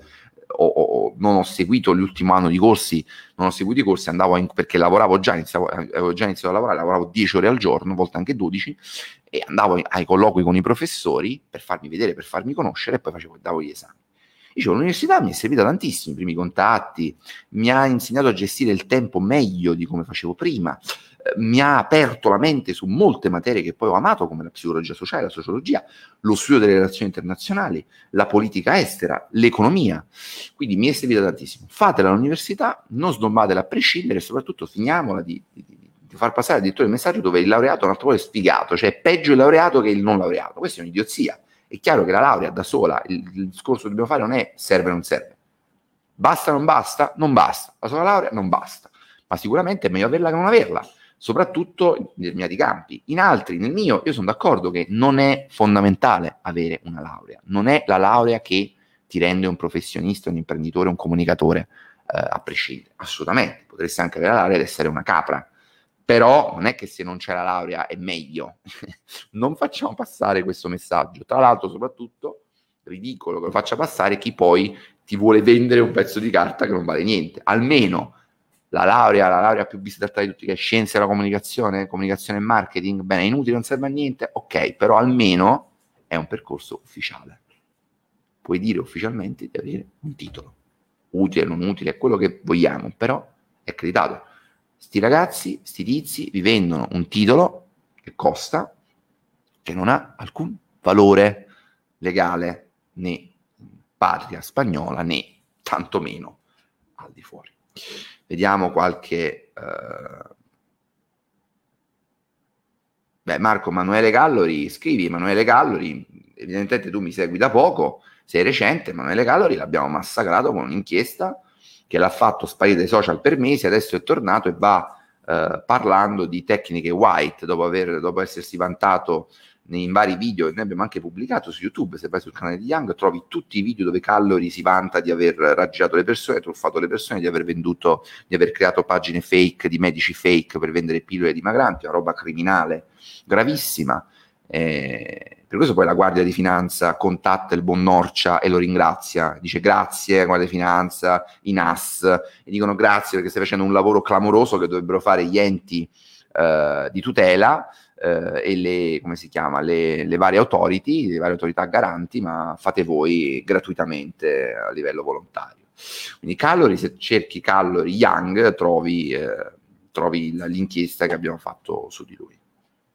non ho seguito l'ultimo anno di corsi, non ho seguito i corsi, andavo perché lavoravo già, avevo già iniziato a lavorare, lavoravo 10 ore al giorno, a volte anche 12, e andavo ai colloqui con i professori per farmi vedere, per farmi conoscere, e poi davo gli esami. Dicevo, l'università mi è servita tantissimo, i primi contatti, mi ha insegnato a gestire il tempo meglio di come facevo prima, mi ha aperto la mente su molte materie che poi ho amato, come la psicologia sociale, la sociologia, lo studio delle relazioni internazionali, la politica estera, l'economia. Quindi mi è servita tantissimo. Fatela all'università, non snobbatela a prescindere e soprattutto finiamola di far passare addirittura il messaggio dove il laureato è un altro po' è sfigato, cioè è peggio il laureato che il non laureato. Questa è un'idiozia. È chiaro che la laurea da sola, il discorso che dobbiamo fare non è serve o non serve. Basta o non basta? Non basta. La sola laurea non basta. Ma sicuramente è meglio averla che non averla, soprattutto in determinati campi. In altri, nel mio, io sono d'accordo che non è fondamentale avere una laurea. Non è la laurea che ti rende un professionista, un imprenditore, un comunicatore, a prescindere. Assolutamente. Potresti anche avere la laurea ed essere una capra. Però non è che se non c'è la laurea è meglio. Non facciamo passare questo messaggio. Tra l'altro, soprattutto, ridicolo che lo faccia passare chi poi ti vuole vendere un pezzo di carta che non vale niente. Almeno la laurea più visitata di tutti, che è scienze della comunicazione, comunicazione e marketing, bene, è inutile, non serve a niente, ok, però almeno è un percorso ufficiale. Puoi dire ufficialmente di avere un titolo. Utile, non utile, è quello che vogliamo, però è accreditato. Sti ragazzi, sti tizi vi vendono un titolo che costa, che non ha alcun valore legale né in patria spagnola né tantomeno al di fuori. Vediamo qualche Marco Emanuele Gallori, scrivi Emanuele Gallori, evidentemente tu mi segui da poco, sei recente. Emanuele Gallori l'abbiamo massacrato con un'inchiesta che l'ha fatto sparire dai social per mesi, adesso è tornato e va parlando di tecniche white dopo essersi vantato in vari video che noi abbiamo anche pubblicato su YouTube. Se vai sul canale di Young trovi tutti i video dove Callori si vanta di aver raggirato le persone, truffato le persone, di aver venduto, di aver creato pagine fake di medici fake per vendere pillole dimagranti, una roba criminale gravissima. Per questo poi la Guardia di Finanza contatta il buon Norcia e lo ringrazia, dice grazie Guardia di Finanza, i NAS, e dicono grazie perché stai facendo un lavoro clamoroso che dovrebbero fare gli enti di tutela e le varie authority, le varie autorità garanti, ma fate voi gratuitamente a livello volontario. Quindi Callori, se cerchi Callori Young trovi l'inchiesta che abbiamo fatto su di lui.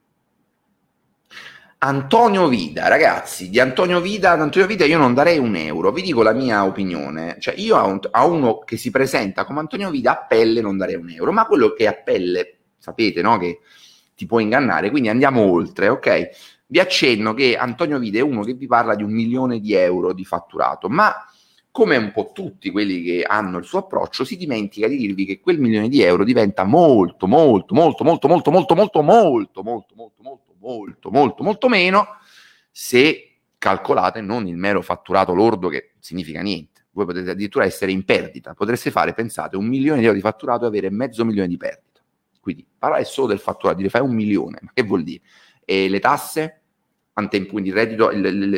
Antonio Vida, ragazzi, ad Antonio Vida io non darei €1, vi dico la mia opinione, cioè io a uno che si presenta come Antonio Vida a pelle non darei €1, ma quello che a pelle, sapete, no, che ti può ingannare, quindi andiamo oltre, ok? Vi accenno che Antonio Vida è uno che vi parla di €1 milione di fatturato, ma come un po' tutti quelli che hanno il suo approccio, si dimentica di dirvi che quel €1 milione diventa molto meno se calcolate non il mero fatturato lordo, che significa niente. Voi potete addirittura essere in perdita, potreste fare, pensate, €1 milione di fatturato e avere $500.000 di perdita. Quindi parlare solo del fatturato, dire fai $1 milione, ma che vuol dire? E le tasse, ante impuniti, il reddito,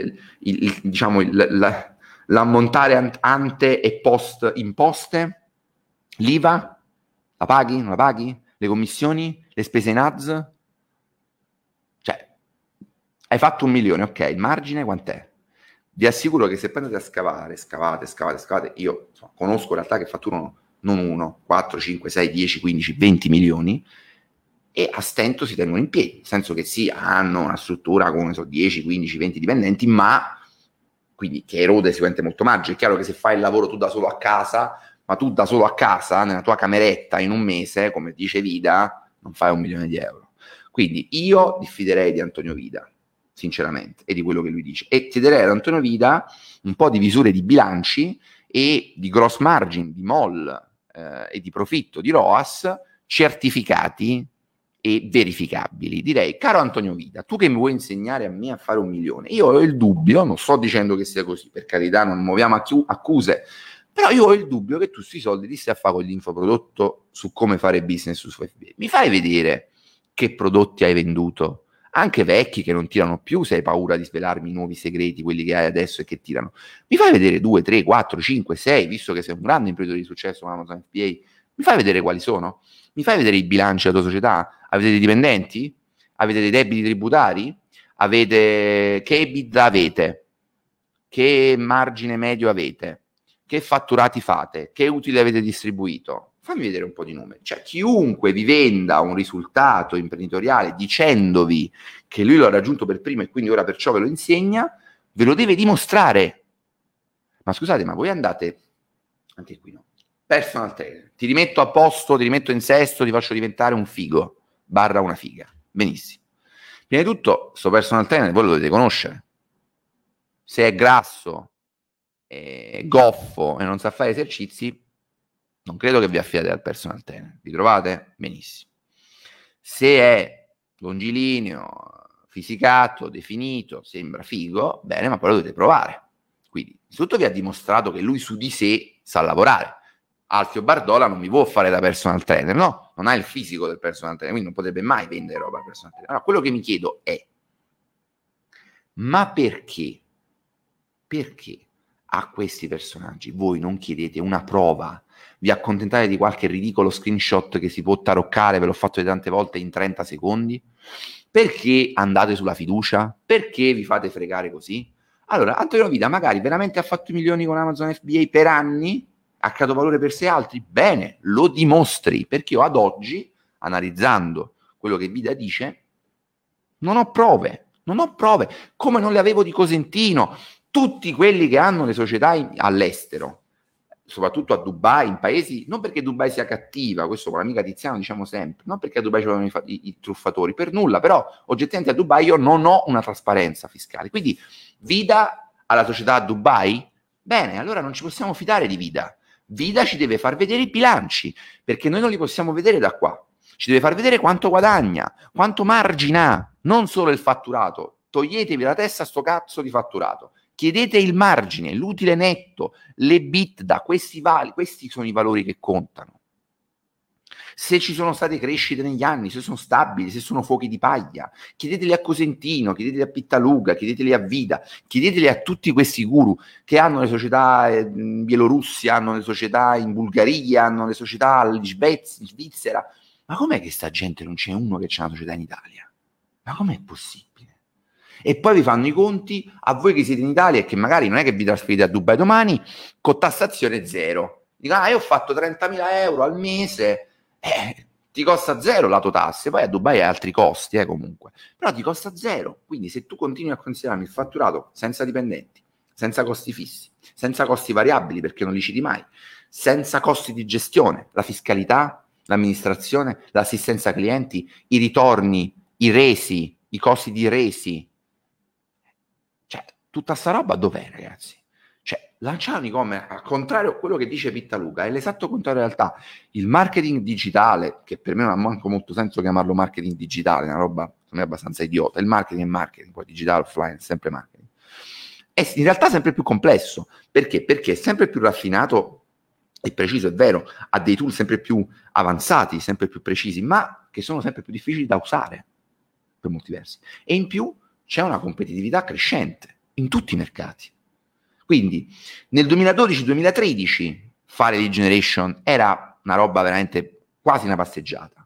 l'ammontare ante e post imposte, l'IVA, la paghi, non la paghi? Le commissioni, le spese in AZ? Cioè, hai fatto $1 milione, ok, il margine quant'è? Vi assicuro che se prendete a scavate, io insomma, conosco realtà che fatturano non 1, 4, 5, 6, 10, 15, 20 milioni e a stento si tengono in piedi, nel senso che sì, hanno una struttura con 10, 15, 20 dipendenti, ma quindi che erode sicuramente molto margine. È chiaro che se fai il lavoro tu da solo a casa, ma tu da solo a casa, nella tua cameretta, in un mese, come dice Vida, non fai €1 milione. Quindi io diffiderei di Antonio Vida, sinceramente, e di quello che lui dice. E chiederei ad Antonio Vida un po' di misure di bilanci e di gross margin, di MOL e di profitto di ROAS certificati e verificabili. Direi, caro Antonio Vida, tu che mi vuoi insegnare a me a fare $1 milione, io ho il dubbio, non sto dicendo che sia così, per carità, non muoviamo accuse, però io ho il dubbio che tu sui soldi ti stia a fare con l'infoprodotto su come fare business su FBA. Mi fai vedere che prodotti hai venduto, anche vecchi che non tirano più, se hai paura di svelarmi i nuovi segreti, quelli che hai adesso e che tirano. Mi fai vedere 2, 3, 4, 5, 6, visto che sei un grande imprenditore di successo con Amazon FBA, mi fai vedere quali sono? Mi fai vedere i bilanci della tua società? Avete dei dipendenti? Avete dei debiti tributari? Avete... Che EBITDA avete? che margine medio avete, che fatturati fate, che utili avete distribuito. Fammi vedere un po' di numeri. Cioè, chiunque vi venda un risultato imprenditoriale dicendovi che lui lo ha raggiunto per primo e quindi ora perciò ve lo insegna, ve lo deve dimostrare. Ma scusate, ma voi andate, anche qui no, personal trainer, ti rimetto a posto, ti rimetto in sesto, ti faccio diventare un figo, barra una figa. Benissimo. Prima di tutto, sto personal trainer voi lo dovete conoscere. Se è grasso, goffo e non sa fare esercizi, non credo che vi affidate al personal trainer. Vi trovate? Benissimo. Se è longilineo, fisicato, definito, sembra figo, bene, ma poi lo dovete provare. Quindi, innanzitutto vi ha dimostrato che lui su di sé sa lavorare. Alfio Bardola non mi può fare da personal trainer, no? Non ha il fisico del personal trainer, quindi non potrebbe mai vendere roba al personal trainer. Allora, quello che mi chiedo è, ma perché a questi personaggi voi non chiedete una prova? Vi accontentate di qualche ridicolo screenshot che si può taroccare, ve l'ho fatto tante volte in 30 secondi? Perché andate sulla fiducia? Perché vi fate fregare così? Allora, Antonio Vita magari veramente ha fatto i milioni con Amazon FBA per anni, ha creato valore per sé altri, bene, lo dimostri, perché io ad oggi, analizzando quello che Vita dice, non ho prove, come non le avevo di Cosentino. Tutti quelli che hanno le società all'estero, soprattutto a Dubai, in paesi, non perché Dubai sia cattiva, questo con l'amica Tiziano diciamo sempre, non perché a Dubai c'erano i truffatori, per nulla, però oggettivamente a Dubai io non ho una trasparenza fiscale, quindi Vida alla società a Dubai? Bene, allora non ci possiamo fidare di Vida. Vida ci deve far vedere i bilanci, perché noi non li possiamo vedere da qua. Ci deve far vedere quanto guadagna, quanto margine ha, non solo il fatturato. Toglietevi la testa sto cazzo di fatturato. Chiedete il margine, l'utile netto, l'EBITDA, questi sono i valori che contano. Se ci sono state crescite negli anni, se sono stabili, se sono fuochi di paglia, chiedeteli a Cosentino, chiedeteli a Pittaluga, chiedeteli a Vida, chiedeteli a tutti questi guru che hanno le società in Bielorussia, hanno le società in Bulgaria, hanno le società in Svizzera. Ma com'è che sta gente non c'è uno che c'ha una società in Italia? Ma com'è possibile? E poi vi fanno i conti a voi che siete in Italia e che magari non è che vi trasferite a Dubai domani con tassazione zero. Dicono, io ho fatto 30.000 euro al mese, ti costa zero lato tasse, poi a Dubai hai altri costi comunque, però ti costa zero. Quindi se tu continui a considerarmi il fatturato senza dipendenti, senza costi fissi, senza costi variabili perché non li citi mai, senza costi di gestione, la fiscalità, l'amministrazione, l'assistenza clienti, i ritorni, i resi, i costi di resi, cioè tutta sta roba dov'è, ragazzi? Cioè lanciare un e-commerce, al contrario a quello che dice Pittaluga, è l'esatto contrario in realtà. Il marketing digitale, che per me non ha manco molto senso chiamarlo marketing digitale, è una roba secondo me abbastanza idiota. Il marketing è marketing, poi digitale, offline, è sempre marketing. È in realtà sempre più complesso. Perché? Perché è sempre più raffinato e preciso, è vero, ha dei tool sempre più avanzati, sempre più precisi, ma che sono sempre più difficili da usare per molti versi. E in più c'è una competitività crescente in tutti i mercati. Quindi nel 2012-2013 fare lead generation era una roba veramente quasi una passeggiata,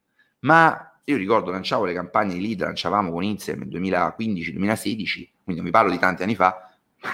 ma io ricordo lanciavo le campagne di lead, lanciavamo con Insight nel 2015-2016, quindi non vi parlo di tanti anni fa.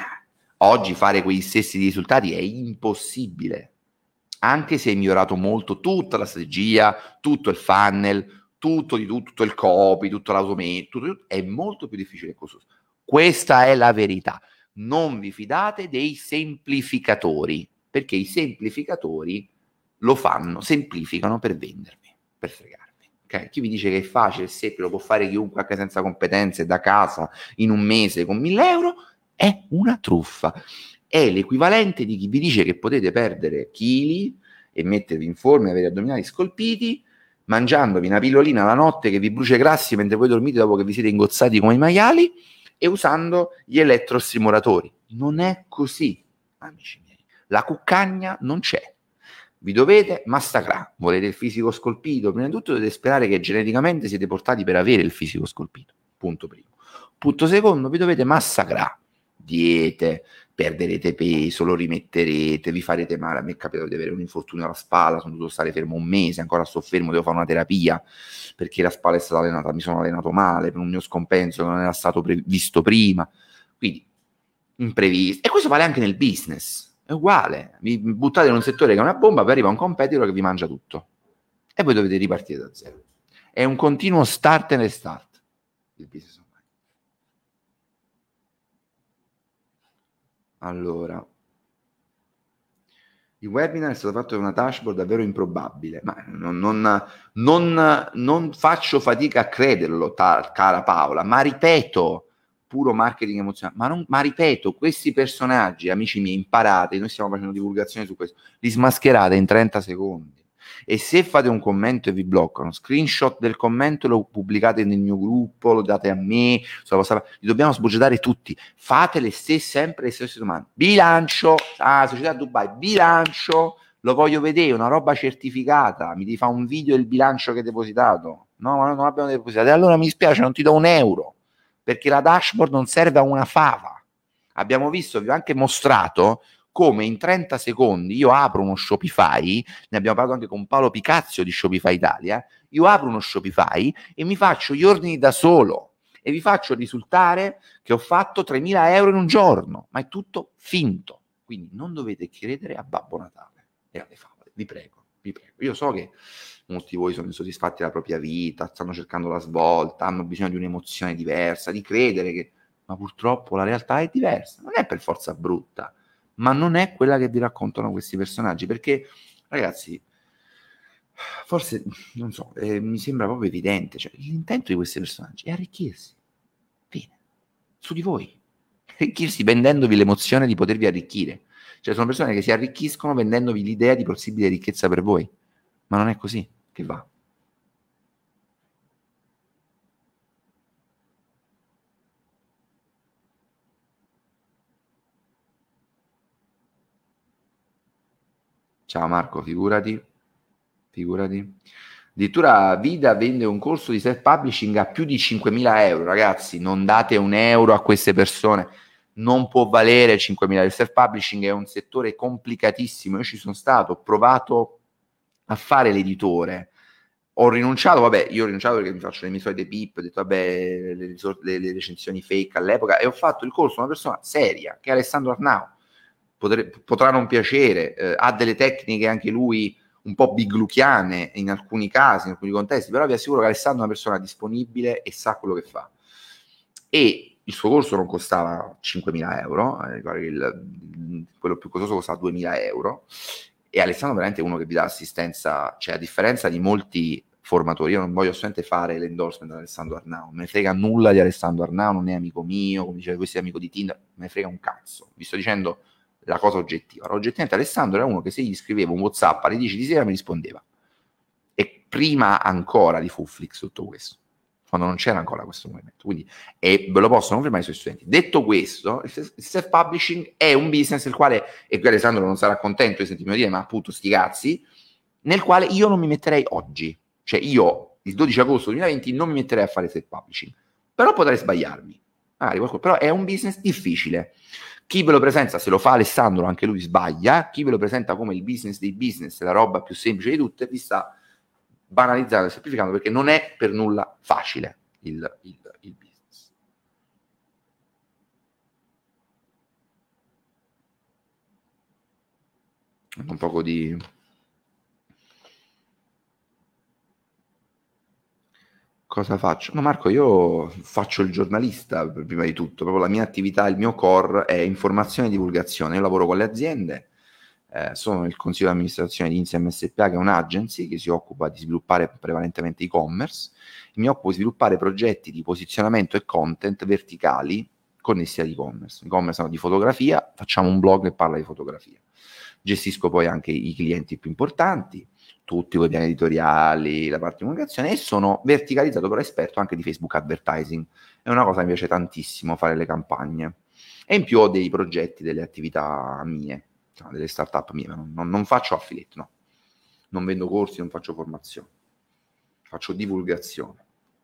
Oggi fare quei stessi risultati è impossibile, anche se è migliorato molto tutta la strategia, tutto il funnel, tutto il copy, tutto l'automate, tutto, è molto più difficile e costoso. Questa è la verità. Non vi fidate dei semplificatori, perché i semplificatori lo fanno, semplificano per vendervi, per fregarvi. Okay? Chi vi dice che è facile, è semplice, lo può fare chiunque anche senza competenze, da casa, in un mese, con 1.000 euro, è una truffa. È l'equivalente di chi vi dice che potete perdere chili e mettervi in forma e avere addominali scolpiti mangiandovi una pillolina la notte che vi brucia i grassi mentre voi dormite dopo che vi siete ingozzati come i maiali e usando gli elettrostimolatori. Non è così, amici miei. La cuccagna non c'è. Vi dovete massacrare. Volete il fisico scolpito? Prima di tutto dovete sperare che geneticamente siete portati per avere il fisico scolpito. Punto primo. Punto secondo, vi dovete massacrare. Diete, perderete peso, lo rimetterete, vi farete male. A me è capitato di avere un infortunio alla spalla, sono dovuto stare fermo un mese, ancora sto fermo, devo fare una terapia perché la spalla è stata allenata, mi sono allenato male per un mio scompenso che non era stato visto prima. Quindi imprevisti. E questo vale anche nel business, è uguale. Vi buttate in un settore che è una bomba, poi arriva un competitor che vi mangia tutto. E voi dovete ripartire da zero. È un continuo start and restart il business online. Allora, il webinar è stato fatto da una dashboard davvero improbabile, ma non faccio fatica a crederlo, cara Paola, ma ripeto, puro marketing emozionale, ma ripeto, questi personaggi, amici miei, imparate, noi stiamo facendo divulgazione su questo, li smascherate in 30 secondi. E se fate un commento e vi bloccano, screenshot del commento lo pubblicate nel mio gruppo, lo date a me, li dobbiamo sbugiardare tutti. Fate sempre le stesse domande. Bilancio, società Dubai, bilancio, lo voglio vedere, una roba certificata, mi devi fare un video del bilancio che hai depositato. No, ma non abbiamo depositato. E allora mi spiace, non ti do un euro, perché la dashboard non serve a una fava. Abbiamo visto, vi ho anche mostrato come in 30 secondi io apro uno Shopify, ne abbiamo parlato anche con Paolo Picazio di Shopify Italia, io apro uno Shopify e mi faccio gli ordini da solo e vi faccio risultare che ho fatto 3.000 euro in un giorno, ma è tutto finto. Quindi non dovete credere a Babbo Natale e alle favole, vi prego, vi prego. Io so che molti di voi sono insoddisfatti della propria vita, stanno cercando la svolta, hanno bisogno di un'emozione diversa, di credere che... Ma purtroppo la realtà è diversa, non è per forza brutta, ma non è quella che vi raccontano questi personaggi, perché ragazzi, forse, non so, mi sembra proprio evidente, cioè, l'intento di questi personaggi è arricchirsi, fine, su di voi, arricchirsi vendendovi l'emozione di potervi arricchire, cioè sono persone che si arricchiscono vendendovi l'idea di possibile ricchezza per voi, ma non è così che va. Ciao Marco, figurati. Addirittura Vida vende un corso di self-publishing a più di 5.000 euro. Ragazzi, non date un euro a queste persone. Non può valere 5.000 euro. Il self-publishing è un settore complicatissimo. Io ci sono stato, ho provato a fare l'editore. Ho rinunciato, vabbè, io ho rinunciato perché mi faccio le mie solite pip, ho detto vabbè, le recensioni fake all'epoca, e ho fatto il corso a una persona seria, che è Alessandro Arnau. Potrà non piacere, ha delle tecniche anche lui un po' bigluchiane in alcuni casi, in alcuni contesti, però vi assicuro che Alessandro è una persona disponibile e sa quello che fa. E il suo corso non costava 5.000 euro, quello più costoso costava 2.000 euro, e Alessandro è veramente uno che vi dà assistenza, cioè a differenza di molti formatori, io non voglio assolutamente fare l'endorsement di Alessandro Arnau, non me ne frega nulla di Alessandro Arnau, non è amico mio, come diceva questo è amico di Tinder, me ne frega un cazzo, vi sto dicendo la cosa oggettiva. Oggettivamente Alessandro era uno che se gli scrivevo un WhatsApp alle 10 di sera mi rispondeva. E prima ancora di Fuflix tutto questo, quando non c'era ancora questo movimento. Quindi, e ve lo possono confermare i suoi studenti. Detto questo, il self-publishing è un business nel quale, e qui Alessandro non sarà contento di sentirmi dire, ma appunto sti cazzi, nel quale io non mi metterei oggi. Cioè io, il 12 agosto 2020, non mi metterei a fare self-publishing. Però potrei sbagliarmi. Però è un business difficile. Chi ve lo presenta, se lo fa Alessandro, anche lui sbaglia. Chi ve lo presenta come il business dei business, la roba più semplice di tutte, vi sta banalizzando e semplificando, perché non è per nulla facile il business. Un poco di... Cosa faccio? No, Marco, io faccio il giornalista prima di tutto, proprio la mia attività, il mio core è informazione e divulgazione. Io lavoro con le aziende, sono il consiglio di amministrazione di Insieme SPA, che è un'agency che si occupa di sviluppare prevalentemente e-commerce. Mi occupo di sviluppare progetti di posizionamento e content verticali connessi ad e-commerce. E-commerce di fotografia, facciamo un blog che parla di fotografia. Gestisco poi anche i clienti più importanti, tutti quei piani editoriali, la parte di comunicazione, e sono verticalizzato però esperto anche di Facebook advertising. È una cosa che mi piace tantissimo fare le campagne. E in più ho dei progetti, delle attività mie, delle start-up mie, ma non faccio affiliate, no. Non vendo corsi, non faccio formazione. Faccio divulgazione.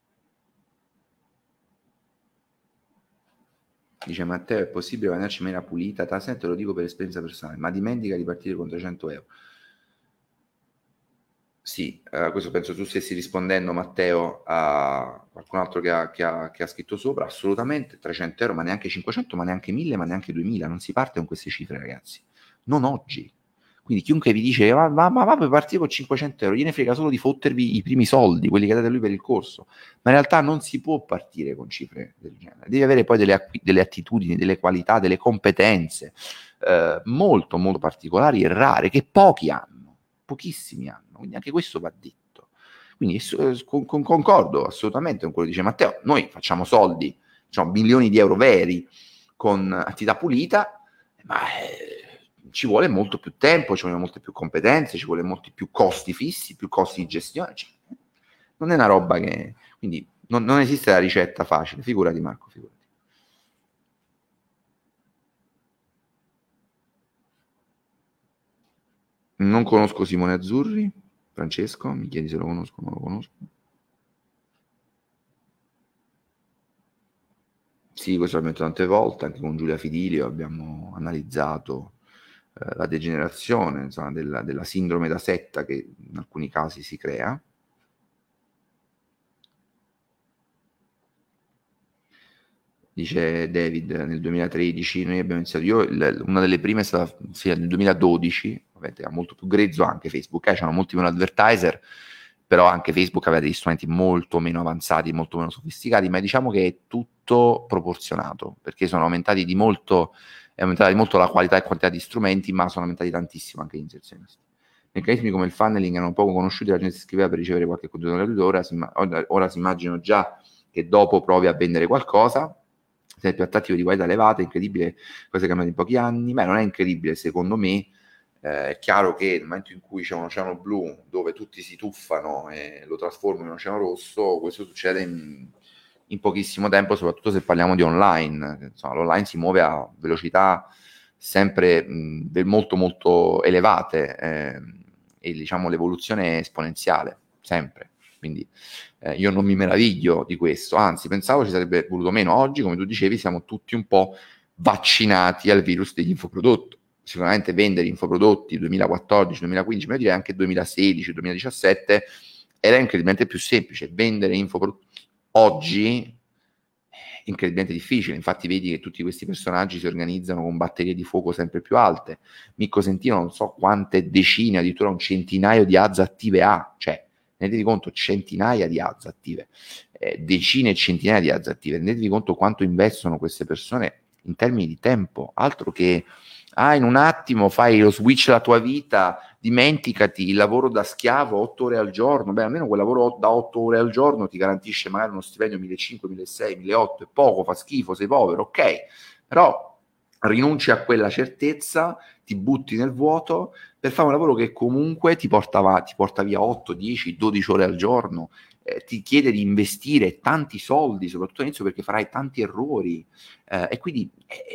Dice Matteo, è possibile guadagnarci in maniera pulita? Te lo dico per esperienza personale, ma dimentica di partire con 300 euro. Sì, questo penso tu stessi rispondendo, Matteo, a qualcun altro che ha scritto sopra, assolutamente, 300 euro, ma neanche 500, ma neanche 1000, ma neanche 2000, non si parte con queste cifre, ragazzi, non oggi. Quindi chiunque vi dice, ma puoi partire con 500 euro, gliene frega solo di fottervi i primi soldi, quelli che date a lui per il corso, ma in realtà non si può partire con cifre del genere, devi avere poi delle attitudini, delle qualità, delle competenze molto molto particolari e rare, che pochi hanno, pochissimi hanno, quindi anche questo va detto. Quindi concordo assolutamente con quello che dice Matteo, noi facciamo soldi, diciamo, milioni di euro veri con attività pulita, ma ci vuole molto più tempo, ci vogliono molte più competenze, ci vuole molti più costi fissi, più costi di gestione, cioè, non è una roba che... Quindi non esiste la ricetta facile, figurati Marco, figurati. Non conosco Simone Azzurri, Francesco, mi chiedi se lo conosco o non lo conosco. Sì, questo l'abbiamo detto tante volte, anche con Giulia Fidilio abbiamo analizzato la degenerazione, insomma, della sindrome da setta che in alcuni casi si crea. Dice David, nel 2013 noi abbiamo iniziato, una delle prime è stata sì, nel 2012, ovviamente era molto più grezzo anche Facebook, c'erano molti meno advertiser, però anche Facebook aveva degli strumenti molto meno avanzati, molto meno sofisticati, ma diciamo che è tutto proporzionato, perché è aumentata di molto la qualità e quantità di strumenti, ma sono aumentati tantissimo anche gli inserzionisti. Meccanismi come il funneling erano poco conosciuti, la gente si iscriveva per ricevere qualche contenuto gratuito, ora si immagino già che dopo provi a vendere qualcosa, sempre più attrattivo, di qualità elevata, incredibile, cosa cambiate in pochi anni, ma non è incredibile secondo me, è chiaro che nel momento in cui c'è un oceano blu dove tutti si tuffano e lo trasformano in un oceano rosso, questo succede in pochissimo tempo, soprattutto se parliamo di online. Insomma, l'online si muove a velocità sempre molto molto elevate e diciamo l'evoluzione è esponenziale, sempre. Quindi io non mi meraviglio di questo, anzi pensavo ci sarebbe voluto meno. Oggi, come tu dicevi, siamo tutti un po' vaccinati al virus degli infoprodotti. Sicuramente vendere infoprodotti 2014-2015, ma io direi anche 2016-2017 era incredibilmente più semplice. Vendere infoprodotti oggi è incredibilmente difficile, infatti vedi che tutti questi personaggi si organizzano con batterie di fuoco sempre più alte. Micco Sentino non so quante decine, addirittura un centinaio di ads attive ha, cioè rendetevi conto, centinaia di ads attive, decine e centinaia di ads attive, rendetevi conto quanto investono queste persone in termini di tempo, altro che in un attimo fai lo switch della tua vita, dimenticati il lavoro da schiavo 8 ore al giorno, beh almeno quel lavoro da 8 ore al giorno ti garantisce magari uno stipendio 1.500, 1.600, 1.800, è poco, fa schifo, sei povero, ok, però rinunci a quella certezza, ti butti nel vuoto per fare un lavoro che comunque ti porta via 8, 10, 12 ore al giorno, ti chiede di investire tanti soldi, soprattutto all'inizio perché farai tanti errori, e quindi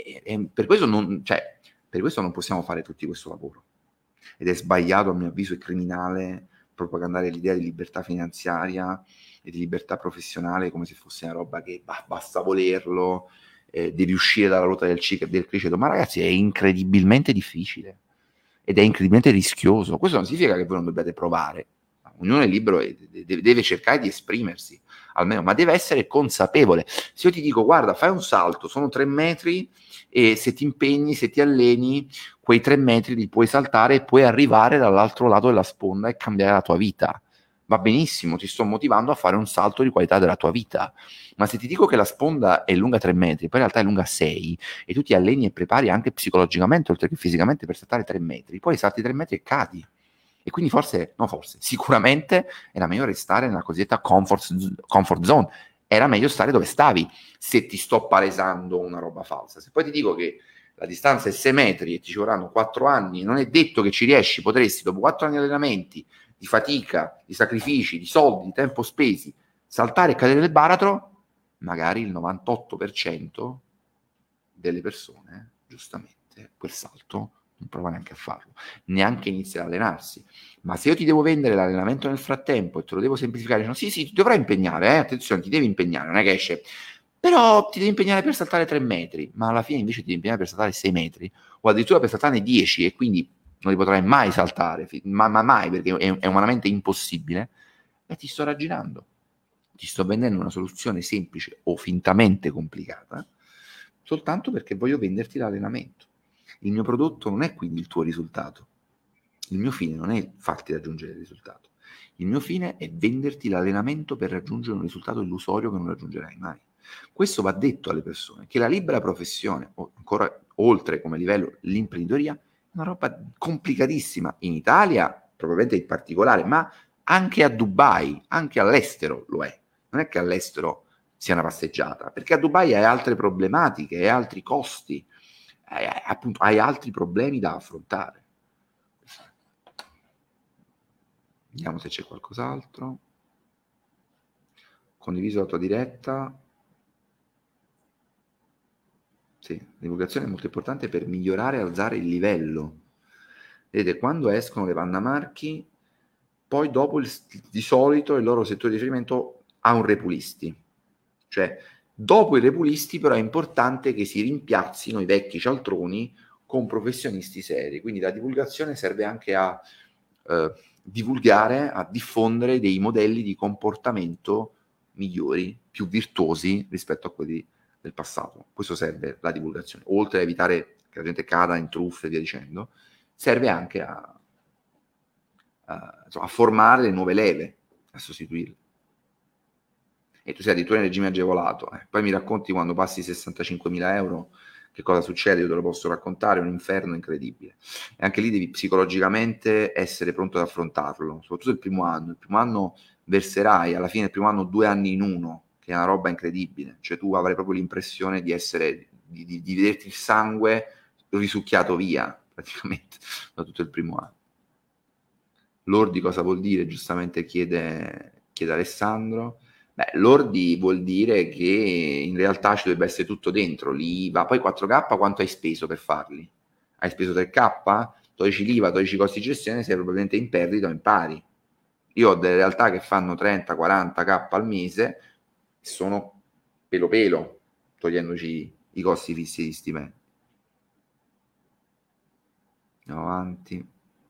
per questo non possiamo fare tutti questo lavoro. Ed è sbagliato, a mio avviso, è criminale propagandare l'idea di libertà finanziaria e di libertà professionale come se fosse una roba che basta volerlo, devi uscire dalla ruota del criceto. Ma ragazzi, è incredibilmente difficile ed è incredibilmente rischioso. Questo non significa che voi non dobbiate provare. Ognuno è libero e deve cercare di esprimersi, almeno, ma deve essere consapevole. Se io ti dico, guarda, fai un salto, sono 3 metri e se ti impegni, se ti alleni, quei 3 metri li puoi saltare e puoi arrivare dall'altro lato della sponda e cambiare la tua vita. Va benissimo, ti sto motivando a fare un salto di qualità della tua vita. Ma se ti dico che la sponda è lunga 3 metri, poi in realtà è lunga 6, e tu ti alleni e prepari anche psicologicamente, oltre che fisicamente, per saltare 3 metri, poi salti 3 metri e cadi. E quindi sicuramente era meglio restare nella cosiddetta comfort zone. Era meglio stare dove stavi, se ti sto palesando una roba falsa. Se poi ti dico che la distanza è 6 metri e ti ci vorranno 4 anni, non è detto che ci riesci, potresti dopo 4 anni di allenamenti, di fatica, di sacrifici, di soldi, di tempo spesi, saltare e cadere nel baratro, magari il 98% delle persone, giustamente, quel salto non prova neanche a farlo, neanche inizia ad allenarsi. Ma se io ti devo vendere l'allenamento nel frattempo e te lo devo semplificare, no, sì, ti dovrai impegnare, attenzione, ti devi impegnare, non è che esce, però ti devi impegnare per saltare 3 metri, ma alla fine invece ti devi impegnare per saltare 6 metri, o addirittura per saltarne 10, e quindi non li potrai mai saltare, ma mai, perché è umanamente impossibile, e ti sto raggirando. Ti sto vendendo una soluzione semplice o fintamente complicata, soltanto perché voglio venderti l'allenamento. Il mio prodotto non è quindi il tuo risultato. Il mio fine non è farti raggiungere il risultato. Il mio fine è venderti l'allenamento per raggiungere un risultato illusorio che non raggiungerai mai. Questo va detto alle persone, che la libera professione, o ancora oltre come livello l'imprenditoria, è una roba complicatissima. In Italia, probabilmente in particolare, ma anche a Dubai, anche all'estero lo è. Non è che all'estero sia una passeggiata, perché a Dubai hai altre problematiche, hai altri costi, appunto, hai altri problemi da affrontare. Vediamo se c'è qualcos'altro. Condiviso la tua diretta. Sì, la divulgazione è molto importante per migliorare e alzare il livello. Vedete, quando escono le Vanna Marchi, poi dopo di solito il loro settore di riferimento ha un repulisti. Cioè, dopo i repulisti però è importante che si rimpiazzino i vecchi cialtroni con professionisti seri. Quindi la divulgazione serve anche a divulgare, a diffondere dei modelli di comportamento migliori, più virtuosi rispetto a quelli del passato. Questo serve la divulgazione, oltre a evitare che la gente cada in truffe e via dicendo, serve anche insomma, a formare le nuove leve, a sostituirle. E tu sei addirittura in regime agevolato, poi mi racconti quando passi 65.000 euro che cosa succede, io te lo posso raccontare, è un inferno incredibile. E anche lì devi psicologicamente essere pronto ad affrontarlo, soprattutto il primo anno. Il primo anno verserai, alla fine del primo anno 2 anni in uno, che è una roba incredibile, cioè tu avrai proprio l'impressione di essere, di vederti il sangue risucchiato via, praticamente, da tutto il primo anno. Lordi cosa vuol dire? Giustamente chiede Alessandro. Beh, lordi vuol dire che in realtà ci dovrebbe essere tutto dentro, l'IVA, poi 4K quanto hai speso per farli? Hai speso 3K? Toglici l'IVA, toglici i costi di gestione, sei probabilmente in perdita o in pari. Io ho delle realtà che fanno 30-40K al mese e sono pelo pelo, togliendoci i costi fissi di stipendio. Andiamo avanti.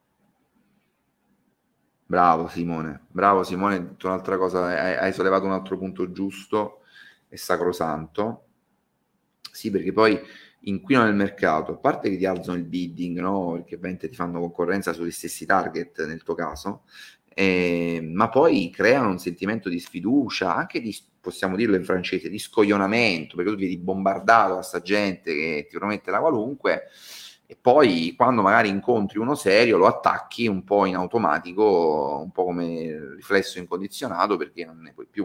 Bravo Simone, hai detto un'altra cosa, hai sollevato un altro punto giusto e sacrosanto. Sì, perché poi inquinano il mercato, a parte che ti alzano il bidding, no? Perché ovviamente ti fanno concorrenza sugli stessi target nel tuo caso, ma poi creano un sentimento di sfiducia, anche di, possiamo dirlo in francese, di scoglionamento, perché tu vieni bombardato da sta gente che ti promette la qualunque, e poi quando magari incontri uno serio lo attacchi un po' in automatico, un po' come riflesso incondizionato, perché non ne puoi più.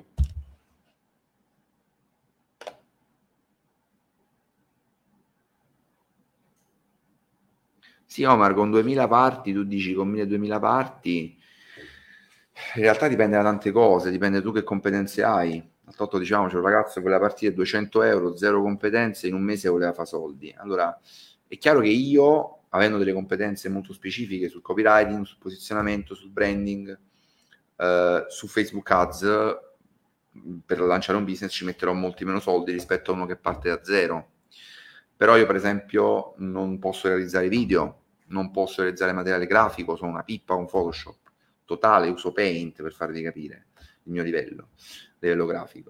Sì, Omar, con 2000 parti, tu dici con 1200 parti, in realtà dipende da tante cose, dipende tu che competenze hai. Al totto diciamo c'è un ragazzo che voleva partire 200 euro, zero competenze, in un mese voleva fare soldi. Allora, è chiaro che io, avendo delle competenze molto specifiche sul copywriting, sul posizionamento, sul branding, su Facebook Ads, per lanciare un business ci metterò molti meno soldi rispetto a uno che parte da zero. Però io per esempio non posso realizzare video, non posso realizzare materiale grafico, sono una pippa con Photoshop totale, uso Paint per farvi capire il mio livello grafico.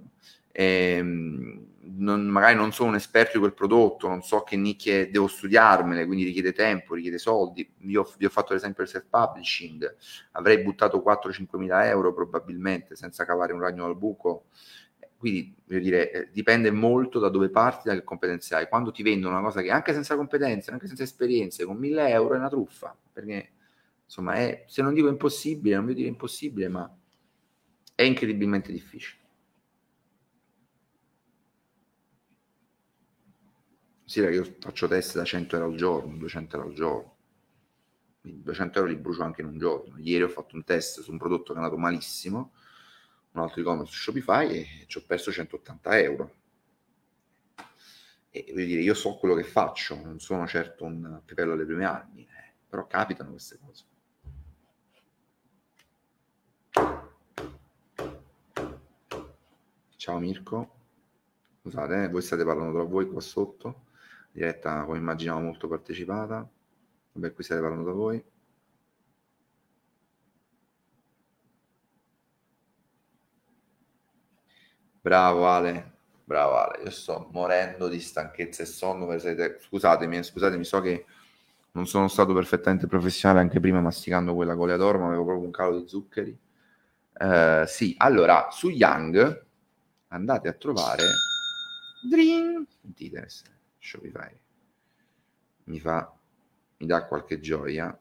Magari non sono un esperto di quel prodotto, non so che nicchie devo studiarmele, quindi richiede tempo, richiede soldi. Io vi ho fatto l'esempio del self-publishing, avrei buttato 4-5 mila euro probabilmente senza cavare un ragno dal buco. Quindi, voglio dire, dipende molto da dove parti, da che competenze hai. Quando ti vendono una cosa che anche senza competenze, anche senza esperienze, con 1000 euro è una truffa, perché insomma è, se non dico impossibile, non voglio dire impossibile, ma è incredibilmente difficile. Sì, io faccio test da 100 euro al giorno, 200 euro al giorno. Quindi 200 euro li brucio anche in un giorno. Ieri ho fatto un test su un prodotto che è andato malissimo, un altro e-commerce su Shopify, e ci ho perso 180 euro. E voglio dire, io so quello che faccio, non sono certo un pepello alle prime armi, però capitano queste cose. Ciao Mirko, scusate, voi state parlando tra voi qua sotto, diretta come immaginavo molto partecipata. Vabbè, qui state parlando da voi. Bravo Ale, bravo Ale, io sto morendo di stanchezza e sonno. Scusatemi, so che non sono stato perfettamente professionale anche prima masticando quella Goleador, ma avevo proprio un calo di zuccheri. Sì, allora, su Young andate a trovare Dream. Sentite, Shopify mi dà qualche gioia.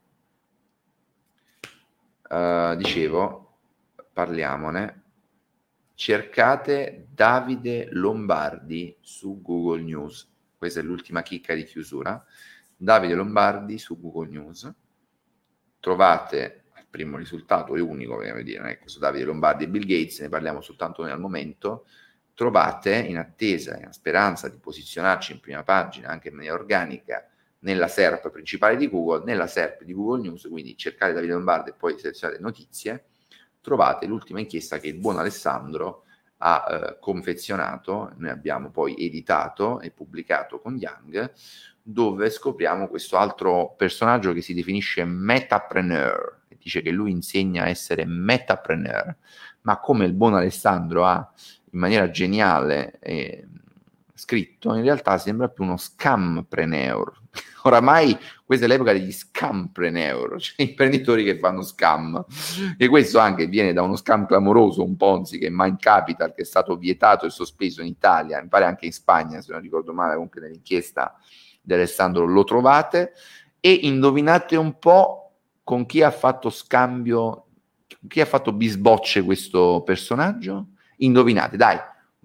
Dicevo, parliamone. Cercate Davide Lombardi su Google News. Questa è l'ultima chicca di chiusura. Davide Lombardi su Google News. Trovate il primo risultato, è unico, vogliamo dire, non è che su Davide Lombardi e Bill Gates, ne parliamo soltanto noi al momento. Trovate, in attesa, in speranza di posizionarci in prima pagina anche in maniera organica nella SERP principale di Google, nella SERP di Google News, quindi cercate Davide Lombardi e poi selezionate notizie, trovate l'ultima inchiesta che il buon Alessandro ha confezionato, noi abbiamo poi editato e pubblicato con Young, dove scopriamo questo altro personaggio che si definisce metapreneur, e dice che lui insegna a essere metapreneur, ma come il buon Alessandro ha in maniera geniale scritto, in realtà sembra più uno scampreneur. Oramai questa è l'epoca degli scampreneur, cioè imprenditori che fanno scam, e questo anche viene da uno scam clamoroso, un Ponzi che è Mind Capital, che è stato vietato e sospeso in Italia, mi pare anche in Spagna, se non ricordo male, comunque nell'inchiesta di Alessandro lo trovate, e indovinate un po' con chi ha fatto scambio, chi ha fatto bisbocce questo personaggio? Indovinate, dai,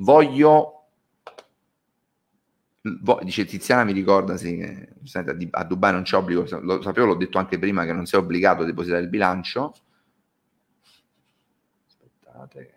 dice Tiziana, mi ricorda sì, che a Dubai non c'è obbligo, lo sapevo, l'ho detto anche prima, che non sei obbligato a depositare il bilancio. Aspettate,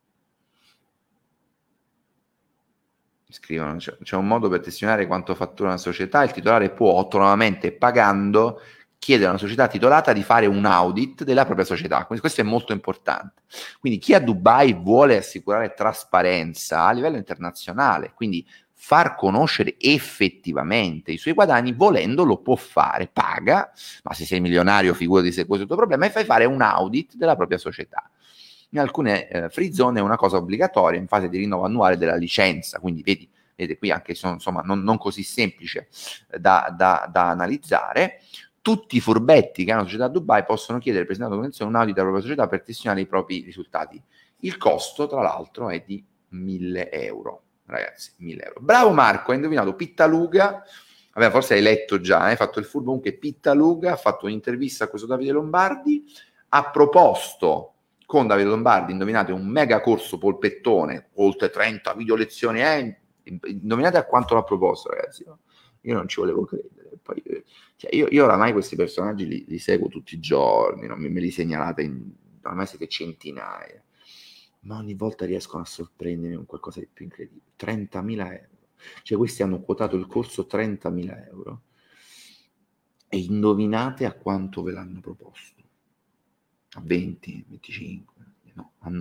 scrivono, c'è un modo per testimoniare quanto fattura una società, il titolare può autonomamente, pagando, chiedere a una società titolata di fare un audit della propria società. Quindi questo è molto importante. Quindi chi a Dubai vuole assicurare trasparenza a livello internazionale, quindi far conoscere effettivamente i suoi guadagni, volendo lo può fare, paga, ma se sei milionario figurati se questo è il tuo problema, e fai fare un audit della propria società. In alcune free zone è una cosa obbligatoria in fase di rinnovo annuale della licenza, quindi vedete qui anche insomma non così semplice da analizzare. Tutti i furbetti che hanno società a Dubai possono chiedere al Presidente della Convenzione un audit della propria società per testimoniare i propri risultati. Il costo, tra l'altro, è di 1.000 euro, ragazzi, 1.000 euro. Bravo Marco, hai indovinato Pittaluga. Vabbè, forse hai letto già, hai fatto il furbo. Comunque Pittaluga ha fatto un'intervista a questo Davide Lombardi, ha proposto con Davide Lombardi, indovinate, un mega corso polpettone, oltre 30 video lezioni, indovinate a quanto l'ha proposto, ragazzi. Io non ci volevo credere. Poi, cioè, io oramai questi personaggi li seguo tutti i giorni, no? Me li segnalate, ormai siete centinaia, ma ogni volta riescono a sorprendermi con qualcosa di più incredibile. 30.000 euro. Cioè questi hanno quotato il corso 30.000 euro, e indovinate a quanto ve l'hanno proposto? A 20, 25, no, a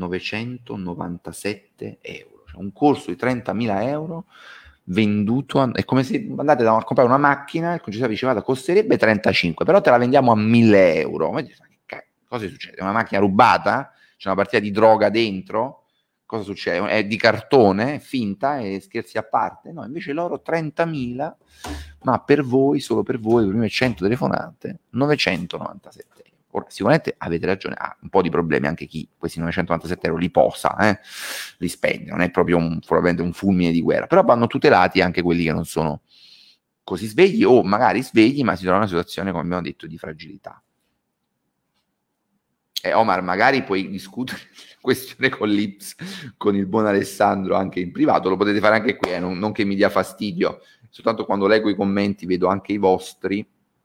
997 euro. Cioè un corso di 30.000 euro venduto è come se andate a comprare una macchina, il concessionario diceva costerebbe 35, però te la vendiamo a 1.000 euro. Ma cosa succede? Una macchina rubata? C'è una partita di droga dentro? Cosa succede? È di cartone, è finta, e scherzi a parte? No, invece loro 30.000, ma per voi, solo per voi, per le prime 100 telefonate, 997 euro. Ora, sicuramente avete ragione, ha un po' di problemi anche chi questi 997 euro li posa, li spende, non è proprio probabilmente un fulmine di guerra, però vanno tutelati anche quelli che non sono così svegli, o magari svegli ma si trovano in una situazione, come abbiamo detto, di fragilità. Omar, magari puoi discutere questione con l'Ips, con il buon Alessandro, anche in privato, lo potete fare anche qui, non che mi dia fastidio, soltanto quando leggo i commenti vedo anche i vostri.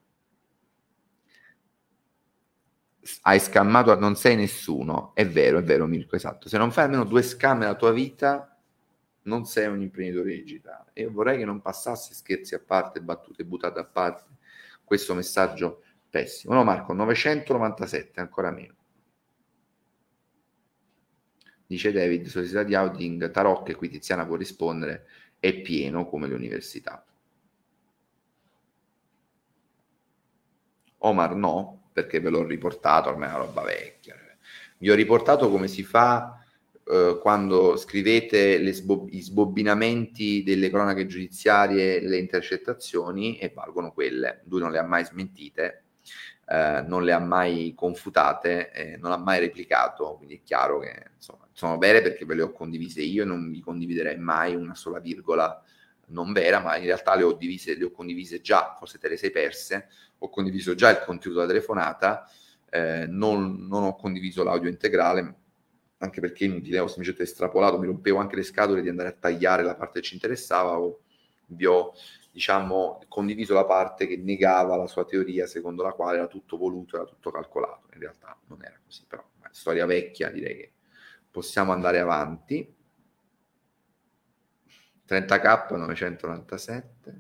Hai scammato, non sei nessuno, è vero Mirko, esatto, se non fai almeno 2 scam nella tua vita non sei un imprenditore digitale. E io vorrei che non passasse, scherzi a parte, battute buttate a parte, questo messaggio pessimo. No Marco, 997, ancora meno. Dice David, società di outing tarocche, qui Tiziana può rispondere, è pieno come le università. Omar no, perché ve l'ho riportato, ormai è una roba vecchia. Vi ho riportato come si fa quando scrivete gli sbobbinamenti delle cronache giudiziarie, le intercettazioni, e valgono quelle. Lui non le ha mai smentite, non le ha mai confutate, non ha mai replicato, quindi è chiaro che insomma, sono vere perché ve le ho condivise io e non vi condividerei mai una sola virgola non vera, ma in realtà le ho condivise già, forse te le sei perse. Ho condiviso già il contenuto della telefonata, non ho condiviso l'audio integrale, anche perché è inutile, ho semplicemente estrapolato, mi rompevo anche le scatole di andare a tagliare la parte che ci interessava, vi ho diciamo condiviso la parte che negava la sua teoria secondo la quale era tutto voluto, era tutto calcolato. In realtà non era così, però storia vecchia, direi che possiamo andare avanti. 30k 997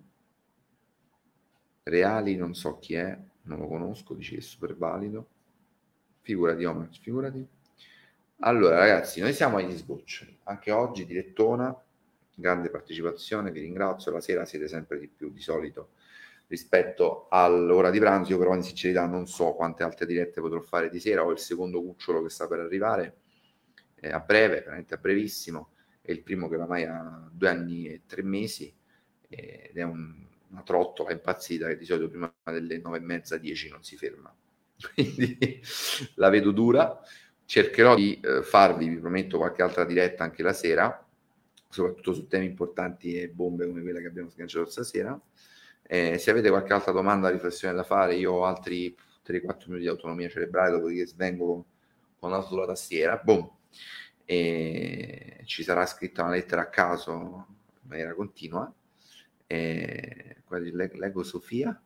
Reali, non so chi è, non lo conosco, dici che è super valido. Figurati, Omar, figurati. Allora, ragazzi, noi siamo agli sgoccioli. Anche oggi, direttona, grande partecipazione, vi ringrazio. La sera siete sempre di più di solito rispetto all'ora di pranzo. Io però in sincerità non so quante altre dirette potrò fare di sera. Ho il secondo cucciolo che sta per arrivare a breve, veramente a brevissimo. È il primo che oramai ha 2 anni e 3 mesi ed è una trottola impazzita che di solito prima delle 9:30, 10 non si ferma. Quindi la vedo dura. Cercherò di farvi, vi prometto, qualche altra diretta anche la sera, soprattutto su temi importanti e bombe come quella che abbiamo sganciato stasera. Se avete qualche altra domanda, riflessione da fare, io ho altri 3-4 minuti di autonomia cerebrale, dopodiché svengo con l'alto sulla tastiera. Boom. E ci sarà scritta una lettera a caso in maniera continua. Leggo Sofia.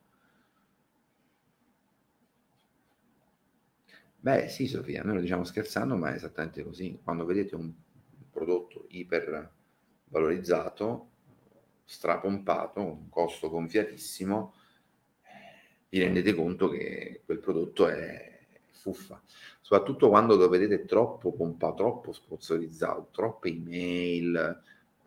Beh, sì, Sofia, noi lo diciamo scherzando, ma è esattamente così. Quando vedete un prodotto iper valorizzato, strapompato, un costo gonfiatissimo, vi rendete conto che quel prodotto è fuffa. Soprattutto quando lo vedete troppo pompato, troppo sponsorizzato, troppe email,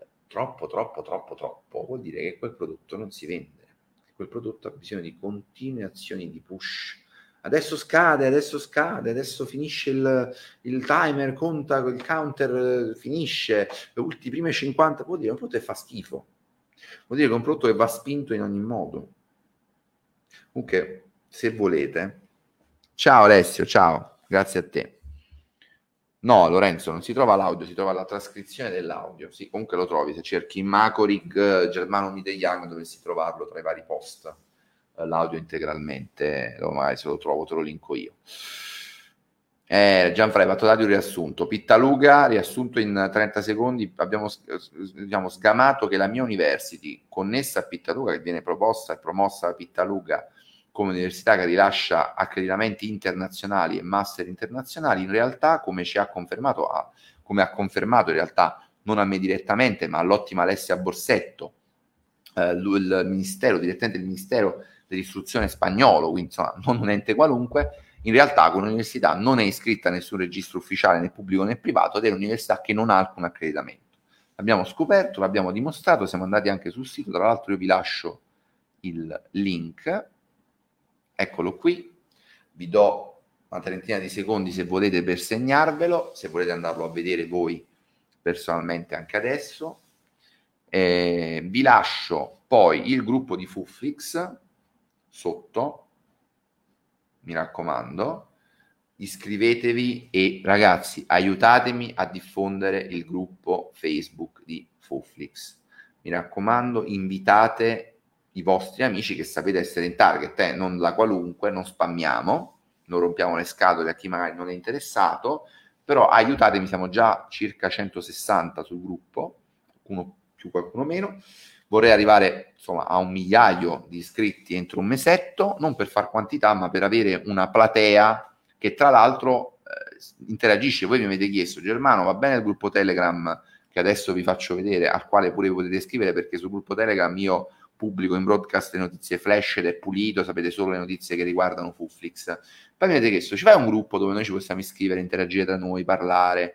troppo, vuol dire che quel prodotto non si vende. Quel prodotto ha bisogno di continue azioni di push. Adesso scade, adesso finisce il timer, conta, il counter finisce, le prime 50, vuol dire che un prodotto che fa schifo, vuol dire che è un prodotto che va spinto in ogni modo. Comunque, se volete, ciao Alessio, ciao, grazie a te. No, Lorenzo, non si trova l'audio, si trova la trascrizione dell'audio. Sì, comunque lo trovi, se cerchi Macorig Germano Mide Young dovresti trovarlo tra i vari post, l'audio integralmente, magari se lo trovo te lo linko io. Gianfra, hai fatto dare un riassunto. Pittaluga, riassunto in 30 secondi, abbiamo diciamo, sgamato che la mia university, connessa a Pittaluga, che viene proposta e promossa da Pittaluga come università che rilascia accreditamenti internazionali e master internazionali, in realtà, come ci ha confermato, come ha confermato in realtà non a me direttamente, ma all'ottima Alessia Borsetto, il ministero, direttamente del ministero dell'istruzione spagnolo, quindi insomma non un ente qualunque, in realtà quell'università non è iscritta a nessun registro ufficiale né pubblico né privato ed è un'università che non ha alcun accreditamento. L'abbiamo scoperto, l'abbiamo dimostrato, siamo andati anche sul sito, tra l'altro io vi lascio il link, eccolo qui, vi do una trentina di secondi se volete per segnarvelo, se volete andarlo a vedere voi personalmente anche adesso. Vi lascio poi il gruppo di Fuflix sotto, mi raccomando, iscrivetevi e ragazzi aiutatemi a diffondere il gruppo Facebook di Fuflix, mi raccomando, invitate i vostri amici che sapete essere in target, non la qualunque, non spammiamo, non rompiamo le scatole a chi magari non è interessato, però aiutatemi, siamo già circa 160 sul gruppo, qualcuno più, qualcuno meno. Vorrei arrivare insomma a 1 migliaio di iscritti entro un mesetto, non per far quantità, ma per avere una platea che tra l'altro interagisce. Voi mi avete chiesto, Germano, va bene il gruppo Telegram che adesso vi faccio vedere, al quale pure potete scrivere, perché sul gruppo Telegram io pubblico in broadcast le notizie flash ed è pulito, sapete solo le notizie che riguardano Fuflix. Poi mi avete chiesto, ci fai un gruppo dove noi ci possiamo iscrivere, interagire tra noi, parlare,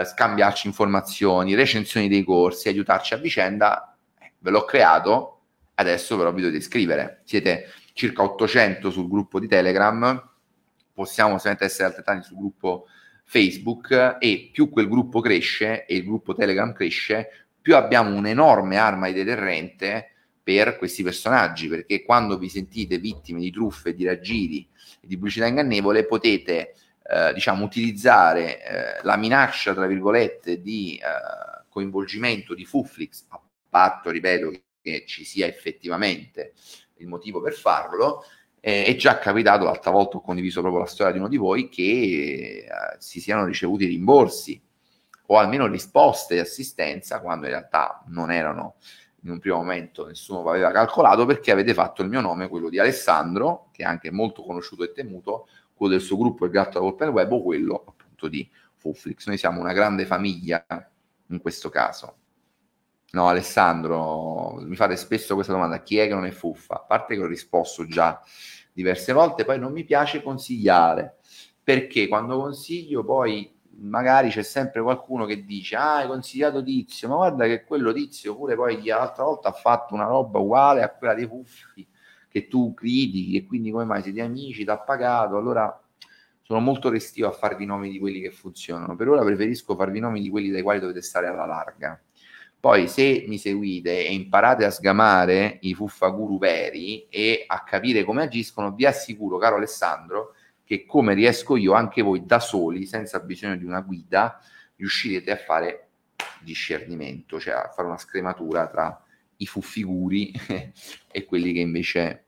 scambiarci informazioni, recensioni dei corsi, aiutarci a vicenda? Ve l'ho creato, Adesso però vi dovete iscrivere, siete circa 800 sul gruppo di Telegram, possiamo solamente essere altrettanti sul gruppo Facebook, e più quel gruppo cresce e il gruppo Telegram cresce, più abbiamo un'enorme arma di deterrente per questi personaggi, perché quando vi sentite vittime di truffe, di raggiri e di pubblicità ingannevole, potete diciamo utilizzare la minaccia, tra virgolette, di coinvolgimento di Fuflix, a patto, ripeto, che ci sia effettivamente il motivo per farlo. È già capitato, l'altra volta ho condiviso proprio la storia di uno di voi, che si siano ricevuti rimborsi o almeno risposte di assistenza quando in realtà non erano, in un primo momento nessuno aveva calcolato, perché avete fatto il mio nome, quello di Alessandro, che è anche molto conosciuto e temuto, quello del suo gruppo Il Gatto dell'Open Web, o quello appunto di Fuflix. Noi siamo una grande famiglia in questo caso. No, Alessandro, mi fate spesso questa domanda: chi è che non è fuffa? A parte che ho risposto già diverse volte, poi non mi piace consigliare, perché quando consiglio poi magari c'è sempre qualcuno che dice: ah, hai consigliato Tizio, ma guarda che quello Tizio pure poi l'altra volta ha fatto una roba uguale a quella dei Fuffi che tu critichi, e quindi come mai siete amici, t'ha pagato. Allora sono molto restio a farvi nomi di quelli che funzionano. Per ora preferisco farvi nomi di quelli dai quali dovete stare alla larga. Poi se mi seguite e imparate a sgamare i fuffaguru veri e a capire come agiscono, vi assicuro, caro Alessandro, che come riesco io, anche voi da soli, senza bisogno di una guida, riuscirete a fare discernimento, cioè a fare una scrematura tra i fuffiguri e quelli che invece...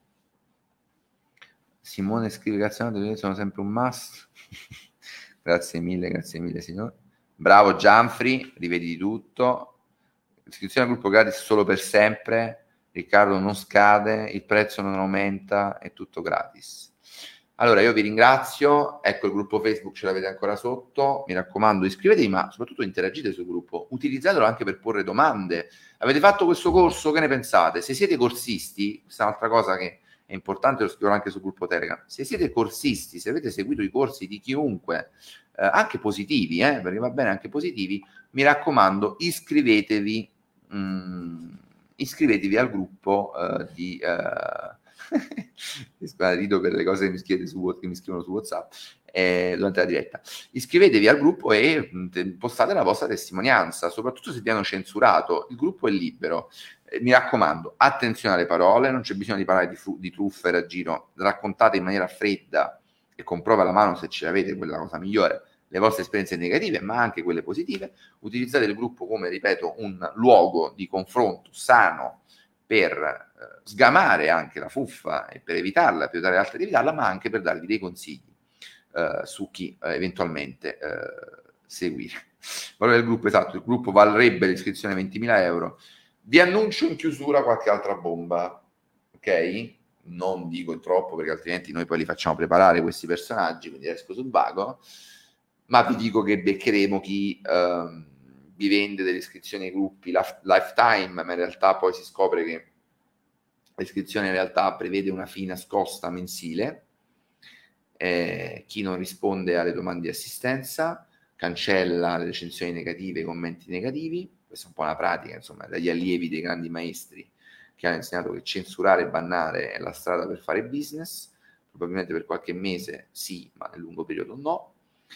Simone scrive: grazie, sono sempre un must. Grazie mille signore. Bravo Gianfri, rivedi tutto. Iscrizione al gruppo gratis solo per sempre. Riccardo, non scade, il prezzo non aumenta, è tutto gratis. Allora io vi ringrazio, ecco il gruppo Facebook ce l'avete ancora sotto, mi raccomando iscrivetevi, ma soprattutto interagite sul gruppo, utilizzatelo anche per porre domande. Avete fatto questo corso, che ne pensate? Se siete corsisti, questa è un'altra cosa che è importante, lo scrivo anche sul gruppo Telegram, se siete corsisti, se avete seguito i corsi di chiunque, anche positivi, perché va bene anche positivi, mi raccomando iscrivetevi, iscrivetevi al gruppo di... rido per le cose che mi scrivono su WhatsApp durante la diretta. Iscrivetevi al gruppo e postate la vostra testimonianza, soprattutto se vi hanno censurato. Il gruppo è libero. Mi raccomando, attenzione alle parole, non c'è bisogno di parlare di truffe e raggiro, raccontate in maniera fredda e con prova alla mano, se ce l'avete, quella cosa migliore, le vostre esperienze negative, ma anche quelle positive. Utilizzate il gruppo come, ripeto, un luogo di confronto sano per sgamare anche la fuffa e per evitarla, per aiutare altri ad evitarla, ma anche per darvi dei consigli su chi eventualmente seguire. Valore del gruppo, esatto, il gruppo varrebbe l'iscrizione 20.000 euro. Vi annuncio in chiusura qualche altra bomba, ok? Non dico troppo perché altrimenti noi poi li facciamo preparare questi personaggi, quindi esco sul vago, ma vi dico che beccheremo chi vi vende delle iscrizioni ai gruppi lifetime, ma in realtà poi si scopre che l'iscrizione in realtà prevede una fee nascosta mensile. Chi non risponde alle domande di assistenza cancella le recensioni negative, i commenti negativi. Questa è un po' una pratica, insomma, dagli allievi dei grandi maestri che hanno insegnato che censurare e bannare è la strada per fare business. Probabilmente per qualche mese sì, ma nel lungo periodo no.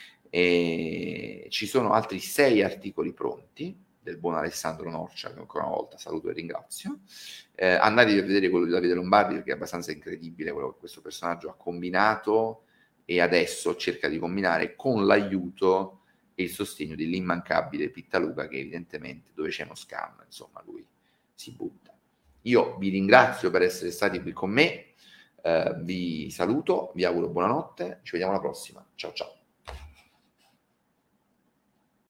E ci sono altri 6 articoli pronti del buon Alessandro Norcia, che ancora una volta saluto e ringrazio. Andate a vedere quello di Davide Lombardi, perché è abbastanza incredibile quello che questo personaggio ha combinato e adesso cerca di combinare, con l'aiuto e il sostegno dell'immancabile Pittaluca, che evidentemente dove c'è uno scam, insomma, lui si butta. Io vi ringrazio per essere stati qui con me, vi saluto, vi auguro buonanotte, ci vediamo alla prossima, ciao ciao.